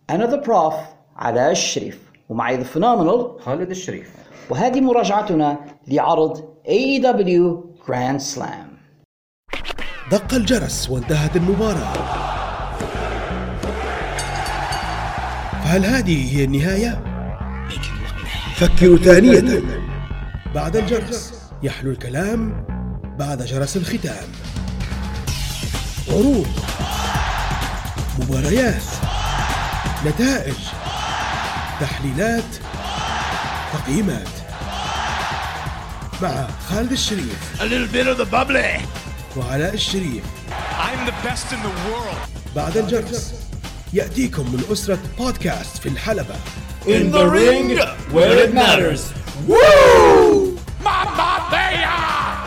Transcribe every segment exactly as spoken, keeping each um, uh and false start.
أنا ذا بروف علاء الشريف ومعي ذا فينومينال خالد الشريف، وهذه مراجعتنا لعرض إيه إي دبليو Grand Slam. دق الجرس وانتهت المباراة، فهل هذه هي النهاية؟ فكروا ثانية. بعد الجرس يحلو الكلام بعد جرس الختام. عروض، مباريات، نتائج، تحليلات، تقييمات، مع خالد الشريف A little bit of the bubbly. وعلاء الشريف. I'm the best in the world. بعد الجرس يأتيكم من أسرة بودكاست في الحلبة. In the ring where it matters. Woo! Mamma mia!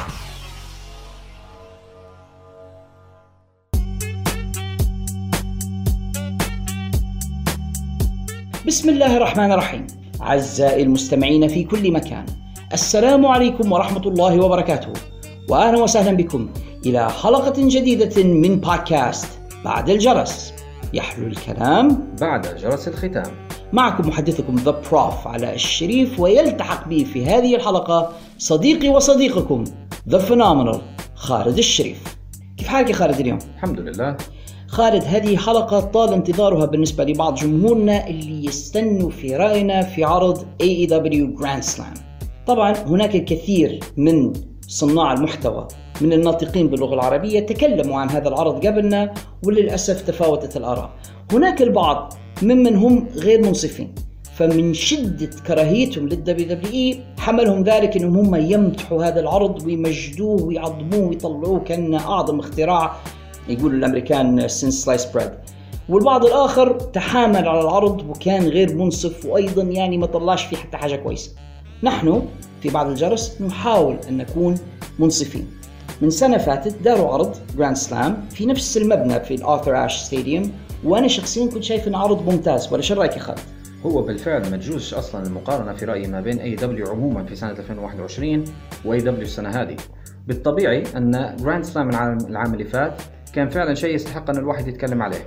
بسم الله الرحمن الرحيم. أعزائي المستمعين في كل مكان، السلام عليكم ورحمة الله وبركاته، وأهلا وسهلا بكم إلى حلقة جديدة من بودكاست بعد الجرس. يحلو الكلام بعد جرس الختام. معكم محدثكم ذا بروف علاء الشريف، ويلتحق بي في هذه الحلقة صديقي وصديقكم ذا فينومينال خالد الشريف. كيف حالك يا خالد اليوم؟ الحمد لله. خالد، هذه حلقة طال انتظارها بالنسبة لبعض جمهورنا اللي يستنوا في رأينا في عرض إيه إي دبليو Grand Slam. طبعا هناك الكثير من صناع المحتوى من الناطقين باللغة العربية تكلموا عن هذا العرض قبلنا، وللأسف تفاوتت الآراء. هناك البعض ممن هم غير منصفين، فمن شدة كراهيتهم للدبليو دبليو إي حملهم ذلك انهم هم يمدحوا هذا العرض ويمجدوه ويعظموه ويطلعوه كأنه أعظم اختراع، يقولوا الأمريكان since sliced bread. والبعض الآخر تحامل على العرض وكان غير منصف، وأيضا يعني ما طلعش فيه حتى حاجة كويسة. نحن في بعد الجرس نحاول أن نكون منصفين. من سنة فاتت داروا عرض جراند سلام في نفس المبنى في الآرثر آش ستاديوم، وأنا شخصيا كنت شايف أن عرض ممتاز. ولا شو رأيك يا خالد؟ هو بالفعل ما تجوزش أصلا المقارنة في رأيي ما بين إيه إي دبليو عموما في سنة ألفين وواحد وعشرين و إيه إي دبليو السنة هذه. بالطبيعي أن جراند سلام العام اللي فات كان فعلا شيء يستحق أن الواحد يتكلم عليه.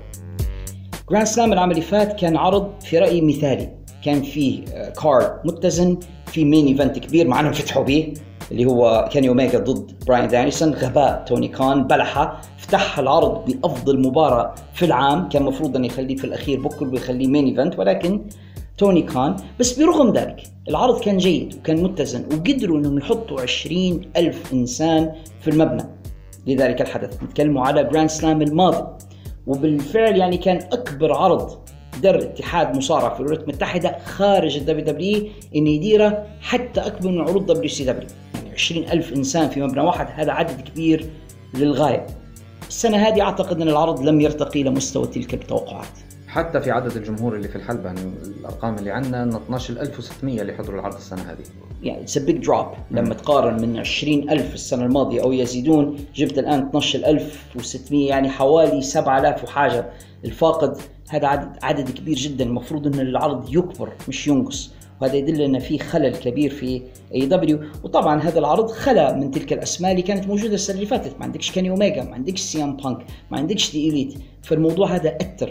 جراند سلام العام اللي فات كان عرض في رأيي مثالي، كان فيه كارد متزن، في مين ايفنت كبير معنا فتحوا به اللي هو كاني اوميجا ضد براين دانيسون، غباء توني كان بلحة فتح العرض بأفضل مباراة في العام، كان مفروض أن يخليه في الأخير بكل ويخليه مين ايفنت، ولكن توني كان. بس برغم ذلك العرض كان جيد وكان متزن، وقدروا أنهم يحطوا عشرين ألف إنسان في المبنى لذلك الحدث. نتكلموا على جراند سلام الماضي، وبالفعل يعني كان أكبر عرض در اتحاد مصارعة في الولايات المتحدة خارج الدبليو دبليو إي إن يديره، حتى أكبر من عروض دبليو سي دبليو. يعني عشرين ألف إنسان في مبنى واحد، هذا عدد كبير للغاية. السنة هذه أعتقد أن العرض لم يرتقي لمستوى تلك التوقعات، حتى في عدد الجمهور اللي في الحلبة. الأرقام اللي عندنا اثناشر ألف وستمية اللي حضروا العرض السنة هذه. يعني it's a big drop لما تقارن من عشرين ألف السنة الماضية أو يزيدون، جبت الآن اثناشر ألف وستمية، يعني حوالي سبعة آلاف وحاجة الفاقد. هذا عدد, عدد كبير جدا. المفروض أن العرض يكبر مش ينقص، وهذا يدل أن في خلل كبير في إيه إي دبليو. وطبعا هذا العرض خلى من تلك الأسماء اللي كانت موجودة السنة اللي فاتت. ما عندكش كاني أوميجا، ما عندكش سي ام بانك، ما عندكش دي إليت. فالموضوع هذا أثر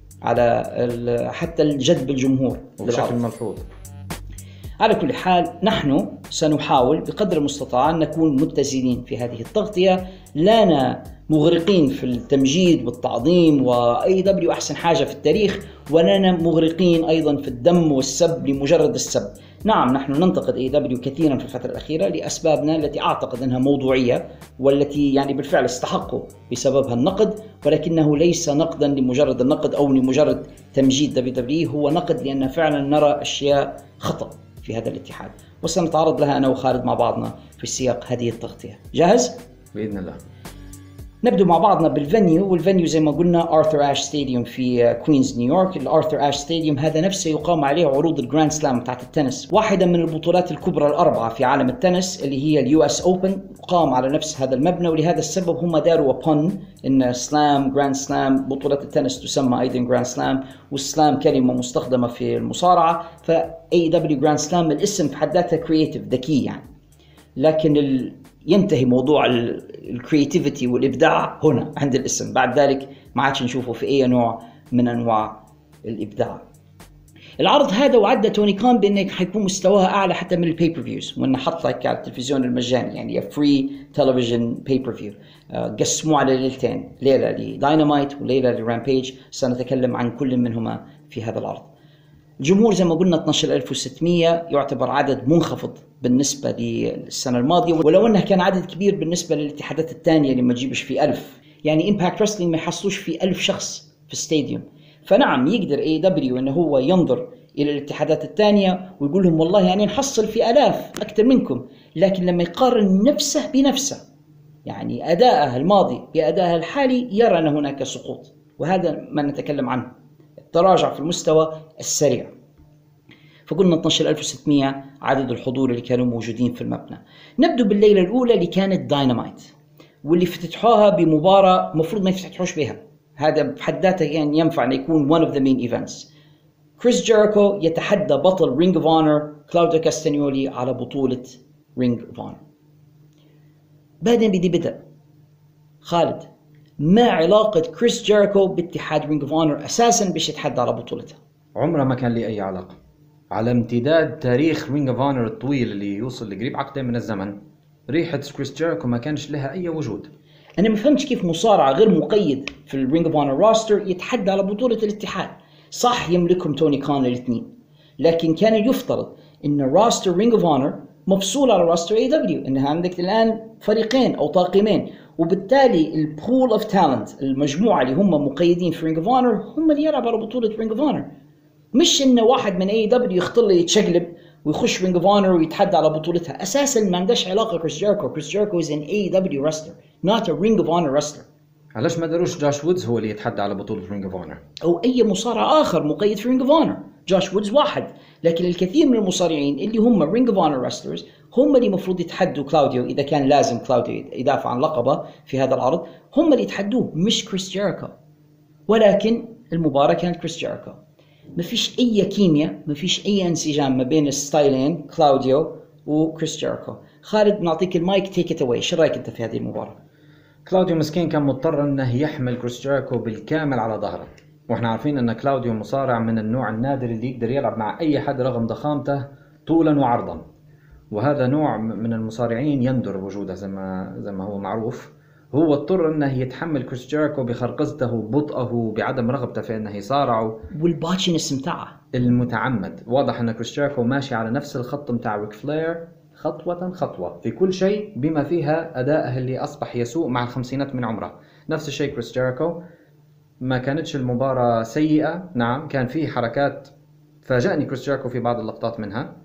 على حتى الجذب الجمهور بشكل ملحوظ. على كل حال نحن سنحاول بقدر المستطاع أن نكون متزنين في هذه التغطية، لا مغرقين في التمجيد والتعظيم وإيه إي دبليو أحسن حاجة في التاريخ، ولا مغرقين أيضا في الدم والسب لمجرد السب. نعم، نحن ننتقد إيه إي دبليو كثيرا في الفترة الأخيرة لأسبابنا التي أعتقد أنها موضوعية، والتي يعني بالفعل استحقوا بسببها النقد، ولكنه ليس نقدا لمجرد النقد أو لمجرد تمجيد دبليو دبليو، هو نقد لأن فعلا نرى أشياء خطأ في هذا الاتحاد، وسنتعرض لها أنا وخالد مع بعضنا في سياق هذه التغطية. جاهز؟ بإذن الله. نبدأ مع بعضنا بالفنيو، والفنيو زي ما قلنا آرثر آش ستاديوم في كوينز نيويورك. الآرثر آش ستاديوم هذا نفسه يقام عليه عروض الجراند سلام بتاعت التنس، واحدة من البطولات الكبرى الأربعة في عالم التنس اللي هي اليو اس اوبن، قام على نفس هذا المبنى. ولهذا السبب هم داروا بن إن سلام جراند سلام، بطولة التنس تسمى أيضا جراند سلام، والسلام كلمة مستخدمة في المصارعة، فإيه إي دبليو جراند سلام الاسم في حد ذاته كرياتيف ذكي يعني. لكن ال ينتهي موضوع الكرياتيفيتي والإبداع هنا عند الاسم، بعد ذلك ما عادش نشوفه في أي نوع من أنواع الإبداع. العرض هذا وعدى توني كان بأنه حيكون مستواها أعلى حتى من البيبر فيوز، وأنه حط لك على التلفزيون المجاني يعني فري تلفزيون بيبر فيو. قسموه على ليلتين، ليلة لداينامايت وليلة لرامبيج، سنتكلم عن كل منهما في هذا العرض. الجمهور زي ما قلنا اثني عشر ألف وستمية، يعتبر عدد منخفض بالنسبة للسنة الماضية، ولو أنه كان عدد كبير بالنسبة للاتحادات الثانية اللي ما تجيبش في ألف. يعني إمباكت رسلينج ما يحصلوش في ألف شخص في الستاديوم. فنعم يقدر إيه دبليو أنه هو ينظر إلى الاتحادات الثانية ويقول لهم والله يعني نحصل في آلاف أكثر منكم، لكن لما يقارن نفسه بنفسه، يعني أداءه الماضي بأداءه الحالي، يرى أن هناك سقوط، وهذا ما نتكلم عنه، التراجع في المستوى السريع. فقلنا اثني عشر ألف وستمية عدد الحضور اللي كانوا موجودين في المبنى. نبدأ بالليلة الأولى اللي كانت داينامايت، واللي فتتحوها بمباراة مفروض ما يفتتحوش بها، هذا بحد ذاته يعني ينفع أن يكون one of the main events. كريس جيريكو يتحدى بطل رينج اوف اونر كلاوديو كاستانيولي على بطولة رينج اوف اونر. بعدين بدي بدأ خالد، ما علاقة كريس جيريكو باتحاد رينج اوف اونر أساسا باش يتحدى على بطولته؟ عمره ما كان لي أي علاقة. على امتداد تاريخ رينج اوف اونر الطويل اللي يوصل لقريب عقدين من الزمن، ريحة كريس جيريكو ما كانش لها أي وجود. أنا ما فهمتش كيف مصارع غير مقيد في الرينج اوف اونر راستر يتحدى على بطولة الاتحاد. صح يملكهم توني كان الاثنين، لكن كان يفترض ان راستر رينج اوف اونر مفصول على راستر اي دبليو، انها عندك الان فريقين او طاقمين، وبالتالي البول اوف تالنت، المجموعه اللي هم مقيدين في رينج اوف اونر، هم اللي يلعبوا على بطوله رينج اوف اونر. مش ان واحد من اي دبليو يختار يتشقلب ويخش رينج اوف اونر ويتحدى على بطولتها. اساسا ما عندهاش علاقه كريس جيريكو. كريس جيريكو از ان اي دبليو wrestler not a ring of honor wrestler. علاش ما داروش جاش وودز هو اللي يتحدى على بطولة رينج اوف اونر، او اي مصارع اخر مقيد في رينج اوف اونر؟ جاش وودز واحد، لكن الكثير من المصارعين اللي هم رينج اوف اونر wrestlers هم اللي المفروض يتحدوا كلاوديو، اذا كان لازم كلاوديو يدافع عن لقبه في هذا العرض، هم اللي يتحدوه مش كريس جيريكو. ولكن المباراة كانت كريس جيريكو. ما فيش اي كيمياء، ما فيش اي انسجام ما بين الستايلين كلاوديو وكريس جيريكو. خالد نعطيك المايك، تيك ات اواي، شو رايك انت في هذه المباراة؟ كلاوديو مسكين كان مضطر انه يحمل كريس جيريكو بالكامل على ظهره، واحنا عارفين ان كلاوديو مصارع من النوع النادر اللي يقدر يلعب مع اي حد رغم ضخامته طولا وعرضا، وهذا نوع من المصارعين يندر وجوده زي ما زي ما هو معروف. هو اضطر انه يتحمل كريس جيريكو بخرقزته وبطئه بعدم رغبته في انه يصارعه والباتشنس متاعه المتعمد. واضح ان كريس جيريكو ماشي على نفس الخط متاع ريك فلير، خطوة خطوة في كل شيء، بما فيها أدائه اللي أصبح يسوء مع الخمسينات من عمره. نفس الشيء كريس جيريكو، ما كانتش المباراة سيئة، نعم كان فيه حركات فاجأني كريس جيريكو في بعض اللقطات منها،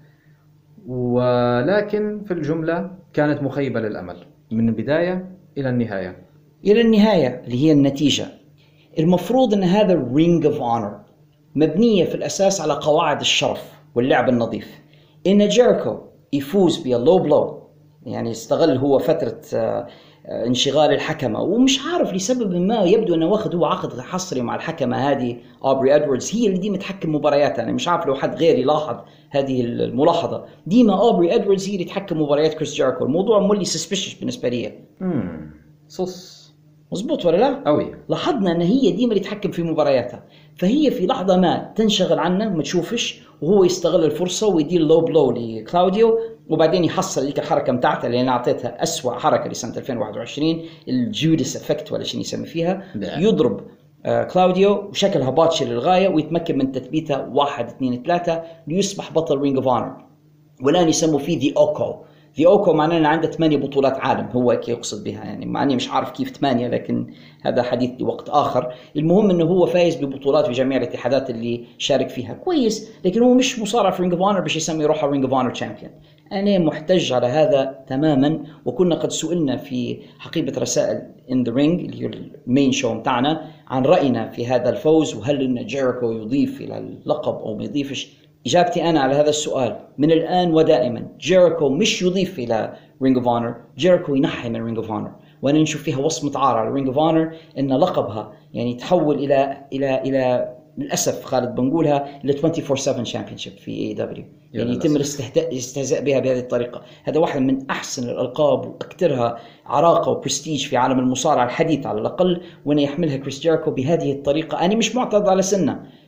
ولكن في الجملة كانت مخيبة للأمل من البداية إلى النهاية. إلى النهاية اللي هي النتيجة. المفروض أن هذا الرينج اوف اونر مبنية في الأساس على قواعد الشرف واللعب النظيف. إن جيريكو يفوز باللو بلو، يعني استغل هو فترة انشغال الحكمة، ومش عارف لسبب ما يبدو أنه واخد هو عقد حصري مع الحكمة هذه أوبري إدواردز، هي اللي ديما تحكم مبارياتها. يعني مش عارف لو حد غير يلاحظ هذه الملاحظة، ديما أوبري إدواردز هي اللي تحكم مباريات كريس جيريكو. الموضوع مولي سسبيشش بالنسبة لي. امم صص مظبوط ولا لا؟ أوي. لاحظنا أن هي ديما اللي تحكم في مبارياتها، فهي في لحظة ما تنشغل عنه ما تشوفش، وهو يستغل الفرصة ويدير لو بلو لكلاوديو، وبعدين يحصل لك الحركة متاعته اللي أنا أعطيتها أسوأ حركة لسنة ألفين وواحد وعشرين، الجودس افكت ولا شيء يسمي فيها. ده. يضرب آه كلاوديو وشكلها باتشي للغاية، ويتمكن من تثبيتها واحد اثنين ثلاثة ليصبح بطل رينج اوف اونر. والآن يسموا فيه ذي أوكو. ذي أوكو معناه أنه عنده ثمانية بطولات عالم، هو كي يقصد بها، يعني مع أني مش عارف كيف ثمانية، لكن هذا حديث لوقت آخر. المهم أنه هو فايز ببطولات في جميع الاتحادات اللي شارك فيها كويس، لكن هو مش مصارع في رينج اوف اونر باش يسمي روحه رينج اوف اونر تشامبيون. أنا محتج على هذا تماما، وكنا قد سئلنا في حقيبة رسائل in the ring اللي هي المين شو متاعنا عن رأينا في هذا الفوز، وهل أن جيريكو يضيف إلى اللقب أو ما يضيفش. إجابتي أنا على هذا السؤال من الآن ودائما، جيريكو مش يضيف إلى رينج اوف اونر، جيريكو ينحي من رينج اوف اونر. وأنا نشوف فيها وصمة عار على رينج اوف اونر إن لقبها يعني تحول إلى إلى إلى للأسف خالد بنقولها ل أربعة وعشرين سبعة شامبيونشيب في اي دبليو، يعني يتم الاستهزاء بها بهذه الطريقة. هذا واحد من أحسن الألقاب وأكثرها عراقة وبرستيج في عالم المصارعة الحديث على الأقل، وأن يحملها كريس جيريكو بهذه الطريقة. أنا مش معترض على سنة،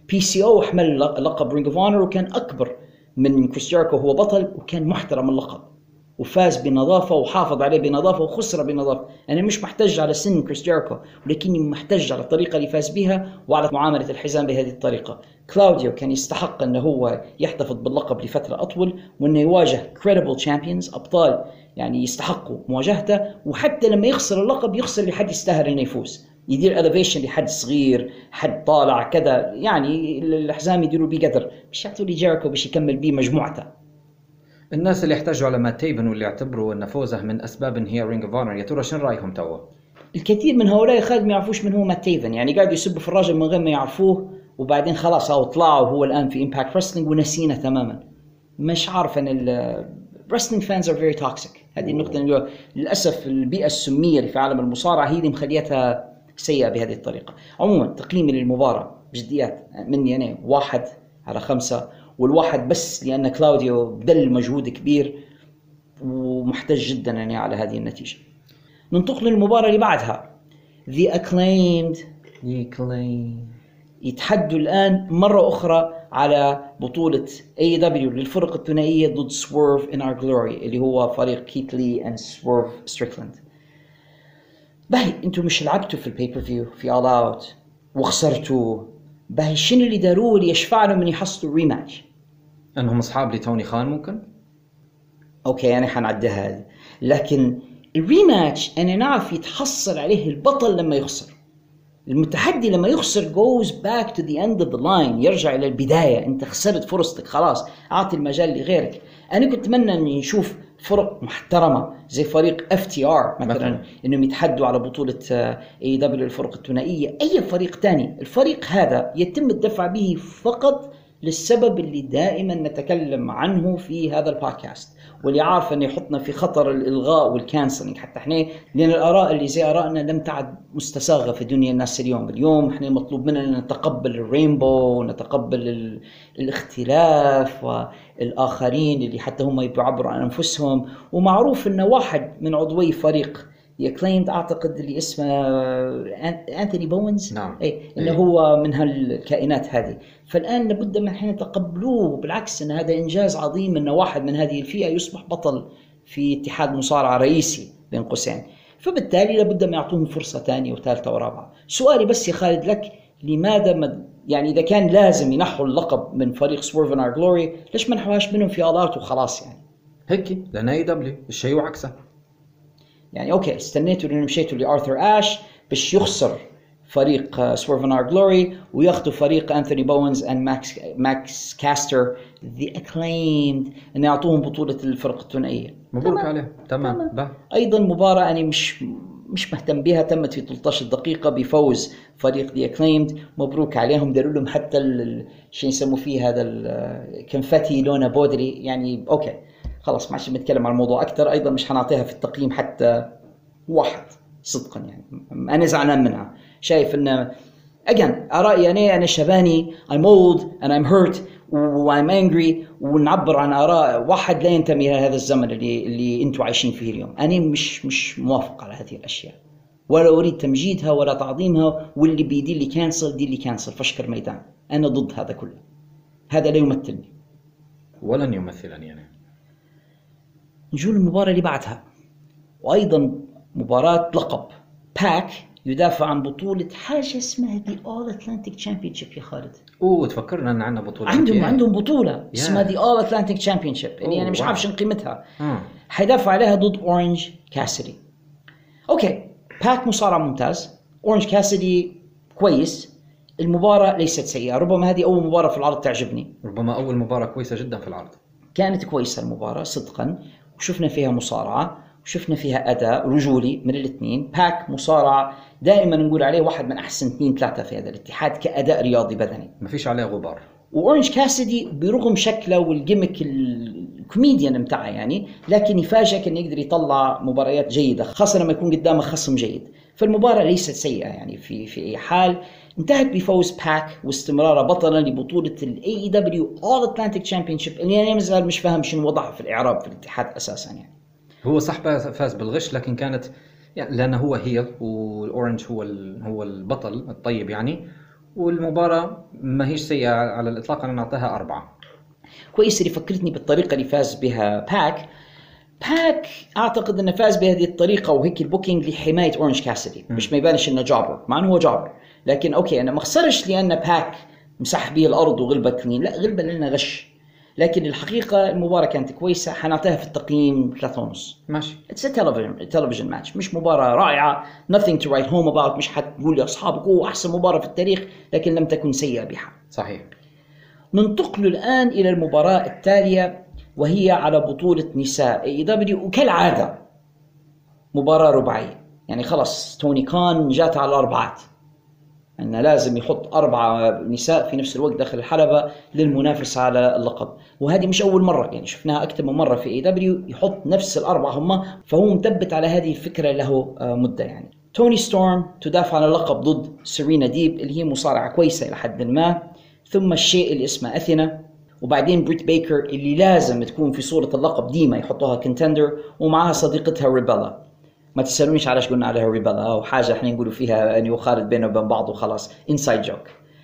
بي سي او حمل لقب رينج اوف اونر وكان اكبر من كريس جيريكو، هو بطل وكان محترم اللقب وفاز بنظافه وحافظ عليه بنظافه وخسر بنظافه. انا مش محتج على سن كريس جيريكو، ولكني محتج على الطريقه اللي فاز بها وعلى معامله الحزام بهذه الطريقه. كلاوديو كان يستحق انه هو يحتفظ باللقب لفتره اطول، وانه يواجه credible champions، ابطال يعني يستحقوا مواجهته، وحتى لما يخسر اللقب يخسر لحد يستاهل انه يفوز، يدير elevation لحد صغير، حد طالع كذا، يعني الحزام يديروا بيه قدر، مش يعطوا لي جيريكو باش يكمل بيه مجموعته. الناس اللي يحتاجوا على مات تيفن واللي يعتبروا ان فوزه من اسباب انهيار رينج اوف اونر، يا ترى شنو رايهم توا؟ الكثير من هؤلاء خالد ما يعرفوش من هو مات تيفن، يعني قاعد يسبوا في الراجل من غير ما يعرفوه، وبعدين خلاص هو طلع وهو الان في امباكت رسلينج ونسينا تماما. مش عارف ان الرسلينج فانز ار فيري توكسيك، هذه النقطه اللي للاسف البيئه السميه اللي في عالم المصارعه هي اللي مخليتها سيئه بهذه الطريقه. عموما تقييمي للمباراه بجديات مني انا واحد على خمسة، والواحد بس لأن كلاوديو بذل مجهود كبير ومحتاج جدا يعني على هذه النتيجة. ننتقل للمباراة اللي بعدها. The Acclaimed يتحدوا الآن مرة أخرى على بطولة إيه إي دبليو للفرق الثنائية ضد Swerve in Our Glory اللي هو فريق كيت لي and Swerve Strickland. باهي انتوا مش لعبتوا في البيبر فيو في All Out وخسرتوا، باهي شنو اللي داروه اللي يشفع لهم من يحصلوا ريماتش؟ انهم اصحاب لتوني خان ممكن؟ اوكي انا حنعديها هذه، لكن الريماتش انا نعرف يتحصل عليه البطل لما يخسر. المتحدي لما يخسر goes back to the end of the line، يرجع الى البدايه، انت خسرت فرصتك خلاص، اعطي المجال لغيرك. انا كنت اتمنى اني نشوف فرق محترمه زي فريق اف تي ار مثلا انهم يتحدوا على بطوله اي دبليو الفرق الثنائيه، اي فريق ثاني. الفريق هذا يتم الدفع به فقط للسبب اللي دائما نتكلم عنه في هذا البودكاست، واللي عارف انه يحطنا في خطر الالغاء والكانسلينج حتى احنا، لان الاراء اللي زي ارائنا لم تعد مستساغه في دنيا الناس اليوم. اليوم احنا مطلوب مننا نتقبل الرينبو ونتقبل الاختلاف والاخرين اللي حتى هم يعبروا عن انفسهم. ومعروف ان واحد من عضوي فريق Acclaimed اعتقد اللي اسمه أنثوني بوينز، نعم. اي انه هو من هالكائنات هذه. فالان لابد من حين نتقبلوه، بالعكس ان هذا انجاز عظيم ان واحد من هذه الفئه يصبح بطل في اتحاد مصارعه رئيسي بين قوسين، فبالتالي لابد من يعطوهم فرصه ثانيه وثالثه ورابعه. سؤالي بس يا خالد لك، لماذا ما يعني اذا كان لازم ينحوا اللقب من فريق Swerve in Our Glory ليش ما نحواش منهم في آلات وخلاص؟ يعني هيك لان اي دبليو الشيء وعكسه. يعني اوكي استنيتوا لين مشيتوا لارثر اش باش يخسر فريق Swerve in Our Glory وياخذوا فريق أنثوني بوينز and ماكس ماكس كاستر The Acclaimed ان يعطوهم بطوله الفرق الثنائيه. مبروك عليه. تمام, تمام. ايضا مباراه انا مش مش مهتم بها، تمت في ثلاثة عشر دقيقه بفوز فريق The Acclaimed. مبروك عليهم، داروا لهم حتى الشيء يسموا فيه هذا الكنفتي لونه بودري، يعني اوكي خلاص ما عادش بنتكلم عن الموضوع اكثر. ايضا مش حنعطيها في التقييم حتى واحد صدقا، يعني انا زعلان منها. شايف ان اجين ارائي انا انا شباني I'm old and I'm hurt و I'm angry، ونعبر عن اراء واحد لا ينتمي الى هذا الزمن اللي اللي انتم عايشين فيه اليوم. انا مش مش موافق على هذه الاشياء، ولا اريد تمجيدها ولا تعظيمها، واللي بيدي لي كانسل دي لي كانسل فشكر ميدان. انا ضد هذا كله، هذا لا يمثلني ولن يمثلني يعني. نجول المباراة اللي بعدها، وأيضا مباراة لقب. باك يدافع عن بطولة حاجة اسمها The All Atlantic Championship يا خالد. اوه تفكرنا ان عندنا بطولة. عندهم yeah. عندهم بطولة yeah. اسمها The All Atlantic Championship، يعني أنا مش عارف شن قيمتها. hmm. حيدافع عليها ضد أورنج كاسيدي. أوكي باك مصارع ممتاز، أورنج كاسيدي كويس. المباراة ليست سيئة، ربما هذه أول مباراة في العرض تعجبني. ربما أول مباراة كويسة جدا في العرض. كانت كويسة المباراة صدقا، وشفنا فيها مصارعة وشفنا فيها أداء رجولي من الاثنين. باك مصارع دائما نقول عليه واحد من أحسن اثنين ثلاثة في هذا الاتحاد كأداء رياضي بدني، ما فيش عليه غبار. وأورنج كاسيدي برغم شكله والجيمك الكوميديان متاعه يعني، لكن يفاجئك إنه يقدر يطلع مباريات جيدة، خاصة لما يكون قدامه خصم جيد. فالمباراة ليست سيئة يعني في في أي حال. انتهت بفوز باك واستمراره بطلا لبطولة ال إيه إي دبليو All Atlantic Championship، اللي أنا مازال مش فاهم شنو وضعها في الإعراب في الاتحاد أساسا. يعني هو صح فاز بالغش، لكن كانت يعني لأنه هو هيل والأورنج هو هو البطل الطيب يعني، والمباراة ما هيش سيئة على الإطلاق، أنا نعطيها أربعة. كويس اللي فكرتني بالطريقة اللي فاز بها باك. باك أعتقد أنه فاز بهذه الطريقة وهيك البوكينج لحماية أورنج كاسيدي، مش ما يبانش أنه جابر، مع أنه هو جابر، لكن أوكي أنا ما خسرش لأن باك مسح به الأرض وغلبة كلين، لا غلبة لأنه غش. لكن الحقيقة المباراة كانت كويسة، حنعطيها في التقييم ثلاثة ونص. ماشي. It's a television television match، مش مباراة رائعة، nothing to write home about، مش حتقول لي أصحابك هو أحسن مباراة في التاريخ، لكن لم تكن سيئة بها. صحيح. ننتقل الآن إلى المباراة التالية وهي على بطولة نساء إي دبليو، وكالعادة مباراة رباعية، يعني خلص توني كان جات على الأربعات، أنه لازم يحط أربعة نساء في نفس الوقت داخل الحلبة للمنافسة على اللقب، وهذه مش أول مرة، يعني شفناها أكثر من مرة في إي دبليو يحط نفس الأربعة هم، فهو مثبت على هذه الفكرة له مدة. يعني توني ستورم تدافع عن اللقب ضد سيرينا ديب اللي هي مصارعة كويسة إلى حد ما، ثم الشيء اللي اسمه أثينا، وبعدين بريت بيكر اللي لازم تكون في صورة اللقب ديما يحطوها كنتندر، ومعها صديقتها ريبيلا. ما تسألونيش علاش قلنا عليها ريبيلا، أو حاجة احنا نقولوا فيها أني وخالد بينه وبين بعض وخلاص، إنسايد جوك.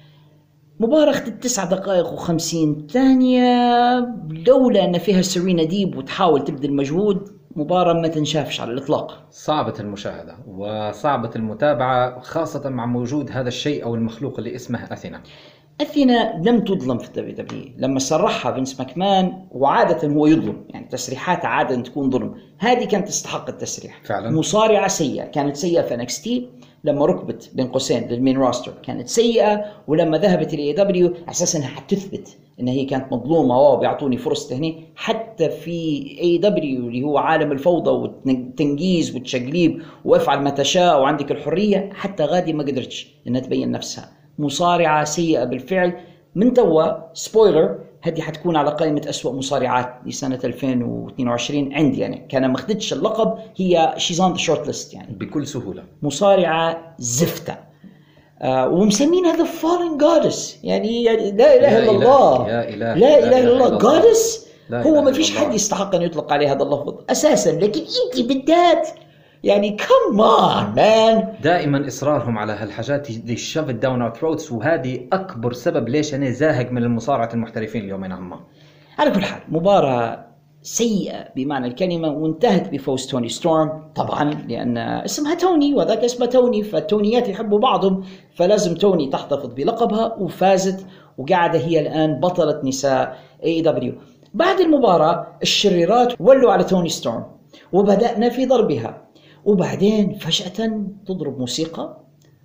مباراة اخذت تسع دقائق وخمسين ثانية، لولا أن فيها سيرينا ديب وتحاول تبذل مجهود، مباراة ما تنشافش على الإطلاق. صعبة المشاهدة وصعبة المتابعة، خاصة مع وجود هذا الشيء أو المخلوق اللي اسمه أثينا. أثينا لم تظلم في الدبليو دبليو لما صرحها فينس ماكمان، وعادة هو يظلم، يعني تسريحات عادة تكون ظلم، هذه كانت تستحق التسريح فعلا. مصارعة سيئة، كانت سيئة في إن إكس تي لما ركبت بين قوسين للمين راستر كانت سيئة، ولما ذهبت إلى إي دبليو أساسا حتثبت إن هي كانت مظلومة، واو بيعطوني فرصة هنا. حتى في إي دبليو اللي هو عالم الفوضى والتنجيز والتشقليب وافعل ما تشاء وعندك الحرية، حتى غادي ما قدرتش إنها تبين نفسها، مصارعة سيئة بالفعل. من توا سبويلر، هذه حتكون على قائمة أسوأ مصارعات لسنة ألفين واثنين وعشرين عندي، يعني كان ما خدتش اللقب، هي she's on the short list يعني بكل سهولة. مصارعة زفتة، آه ومسمين هذا fallen goddess، يعني, يعني لا إله إلا الله، يا إله لا إله إلا الله goddess، هو ما فيش حد الله. يستحق أن يطلق عليه هذا اللفظ أساسا، لكن أنت بالذات يعني come on man. دائما إصرارهم على هالحاجات they shove it down our throats، وهذه أكبر سبب ليش أنا زاهق من المصارعة المحترفين اليومين هم. على كل حال مباراة سيئة بمعنى الكلمة، وانتهت بفوز توني ستورم طبعا، لأن اسمها توني وذاك اسمها توني، فالتونيات يحبوا بعضهم، فلازم توني تحتفظ بلقبها، وفازت وقاعدة هي الآن بطلة نساء إي دبليو. بعد المباراة الشريرات ولوا على توني ستورم وبدأنا في ضربها، وبعدين فجأة تضرب موسيقى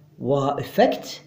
وإفكت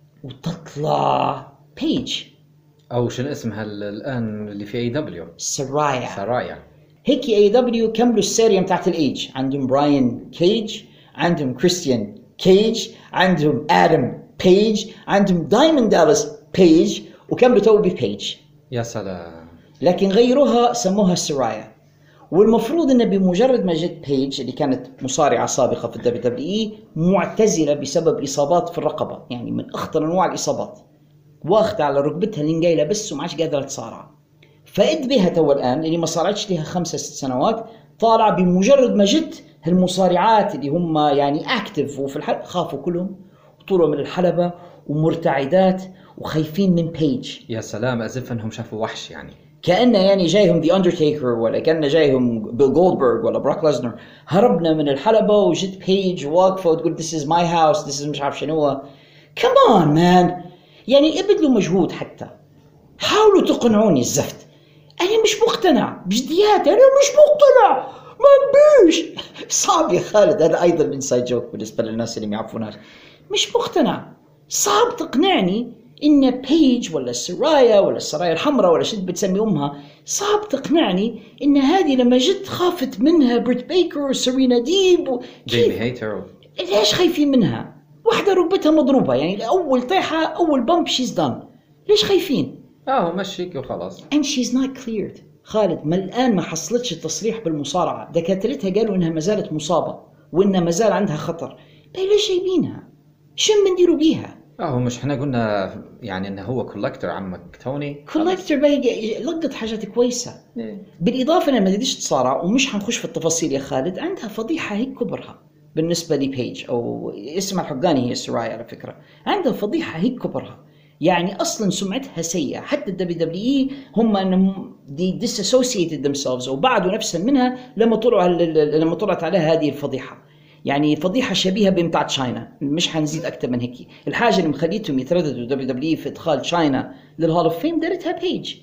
وتطلع بيج، أو شنو اسمها الآن اللي في أي دبليو؟ سرايا. سرايا. هيك أي دبليو كملوا السيريا متاعت الإيج، عندهم براين كيج، عندهم كريستيان كيج، عندهم آدم بيج، عندهم دايموند دالاس بيج، وكملوا تو ببيج. يا سلام. لكن غيروها سموها سرايا، والمفروض أن بمجرد ما جت بيج اللي كانت مصارعة سابقة في الدبليو دبليو إي معتزلة بسبب إصابات في الرقبة، يعني من أخطر أنواع الإصابات، واخدة على ركبتها اللي بس وما عادش قادرة تصارع، فإد بها تو الآن اللي ما صارعتش لها خمسة ست سنوات، طالعة بمجرد ما جت هالمصارعات اللي هم يعني أكتف وفي الحلبة خافوا كلهم وطولوا من الحلبة ومرتعدات وخايفين من بيج. يا سلام، أزف أنهم شافوا وحش، يعني كأنه يعني جايهم The Undertaker ولا كأنه جايهم بيل جولدبرغ ولا براك ليزنر. هربنا من الحلبة وجت بيج واقفة وتقول this is my house this is مش عارف شنو. come on man، يعني ابذلوا مجهود، حتى حاولوا تقنعوني الزفت، أنا مش مقتنع بجديات، أنا مش مقتنع ما بيش. صعب يا خالد، هذا أيضا إنسايد جوك بالنسبة للناس اللي ما يعرفوناش، مش مقتنع، صعب تقنعني إن بيج ولا السرايا ولا السرايا الحمراء ولا شد بتسمي أمها، صعب تقنعني إن هذه لما جت خافت منها بريت بيكر وسيرينا ديب و... جيمي هيتر، ليش خايفين منها؟ واحدة ركبتها مضروبة، يعني أول طيحة أول بامب شيز دان، ليش خايفين؟ آه مشيك وخلاص. and she's not cleared. خالد ما الآن ما حصلتش التصريح بالمصارعة، دكاترتها قالوا إنها ما زالت مصابة وإنها ما زال عندها خطر، ليش جايبينها؟ شو بنديروا بيها؟ اه مش احنا قلنا يعني انه هو كولكتر عمك توني، كولكتر باقي لقط حاجات كويسة. إيه. بالإضافة إنها ما تقدرش تصارع، ومش حنخش في التفاصيل يا خالد، عندها فضيحة هيك كبرها، بالنسبة لبيج أو اسمها الحقاني هي سراي على فكرة، عندها فضيحة هيك كبرها، يعني أصلا سمعتها سيئة. حتى الدبليو دبليو إي هم أنهم they disassociated themselves أو بعدوا نفسهم منها لما طلعوا لما طلعت عليها هذه الفضيحة. يعني فضيحة شبيهة بمتاع تشاينا، مش حنزيد أكتر من هيك. الحاجة اللي مخليتهم يترددوا دبليو دبليو إي في إدخال تشاينا للهول اوف فيم دارتها بيج.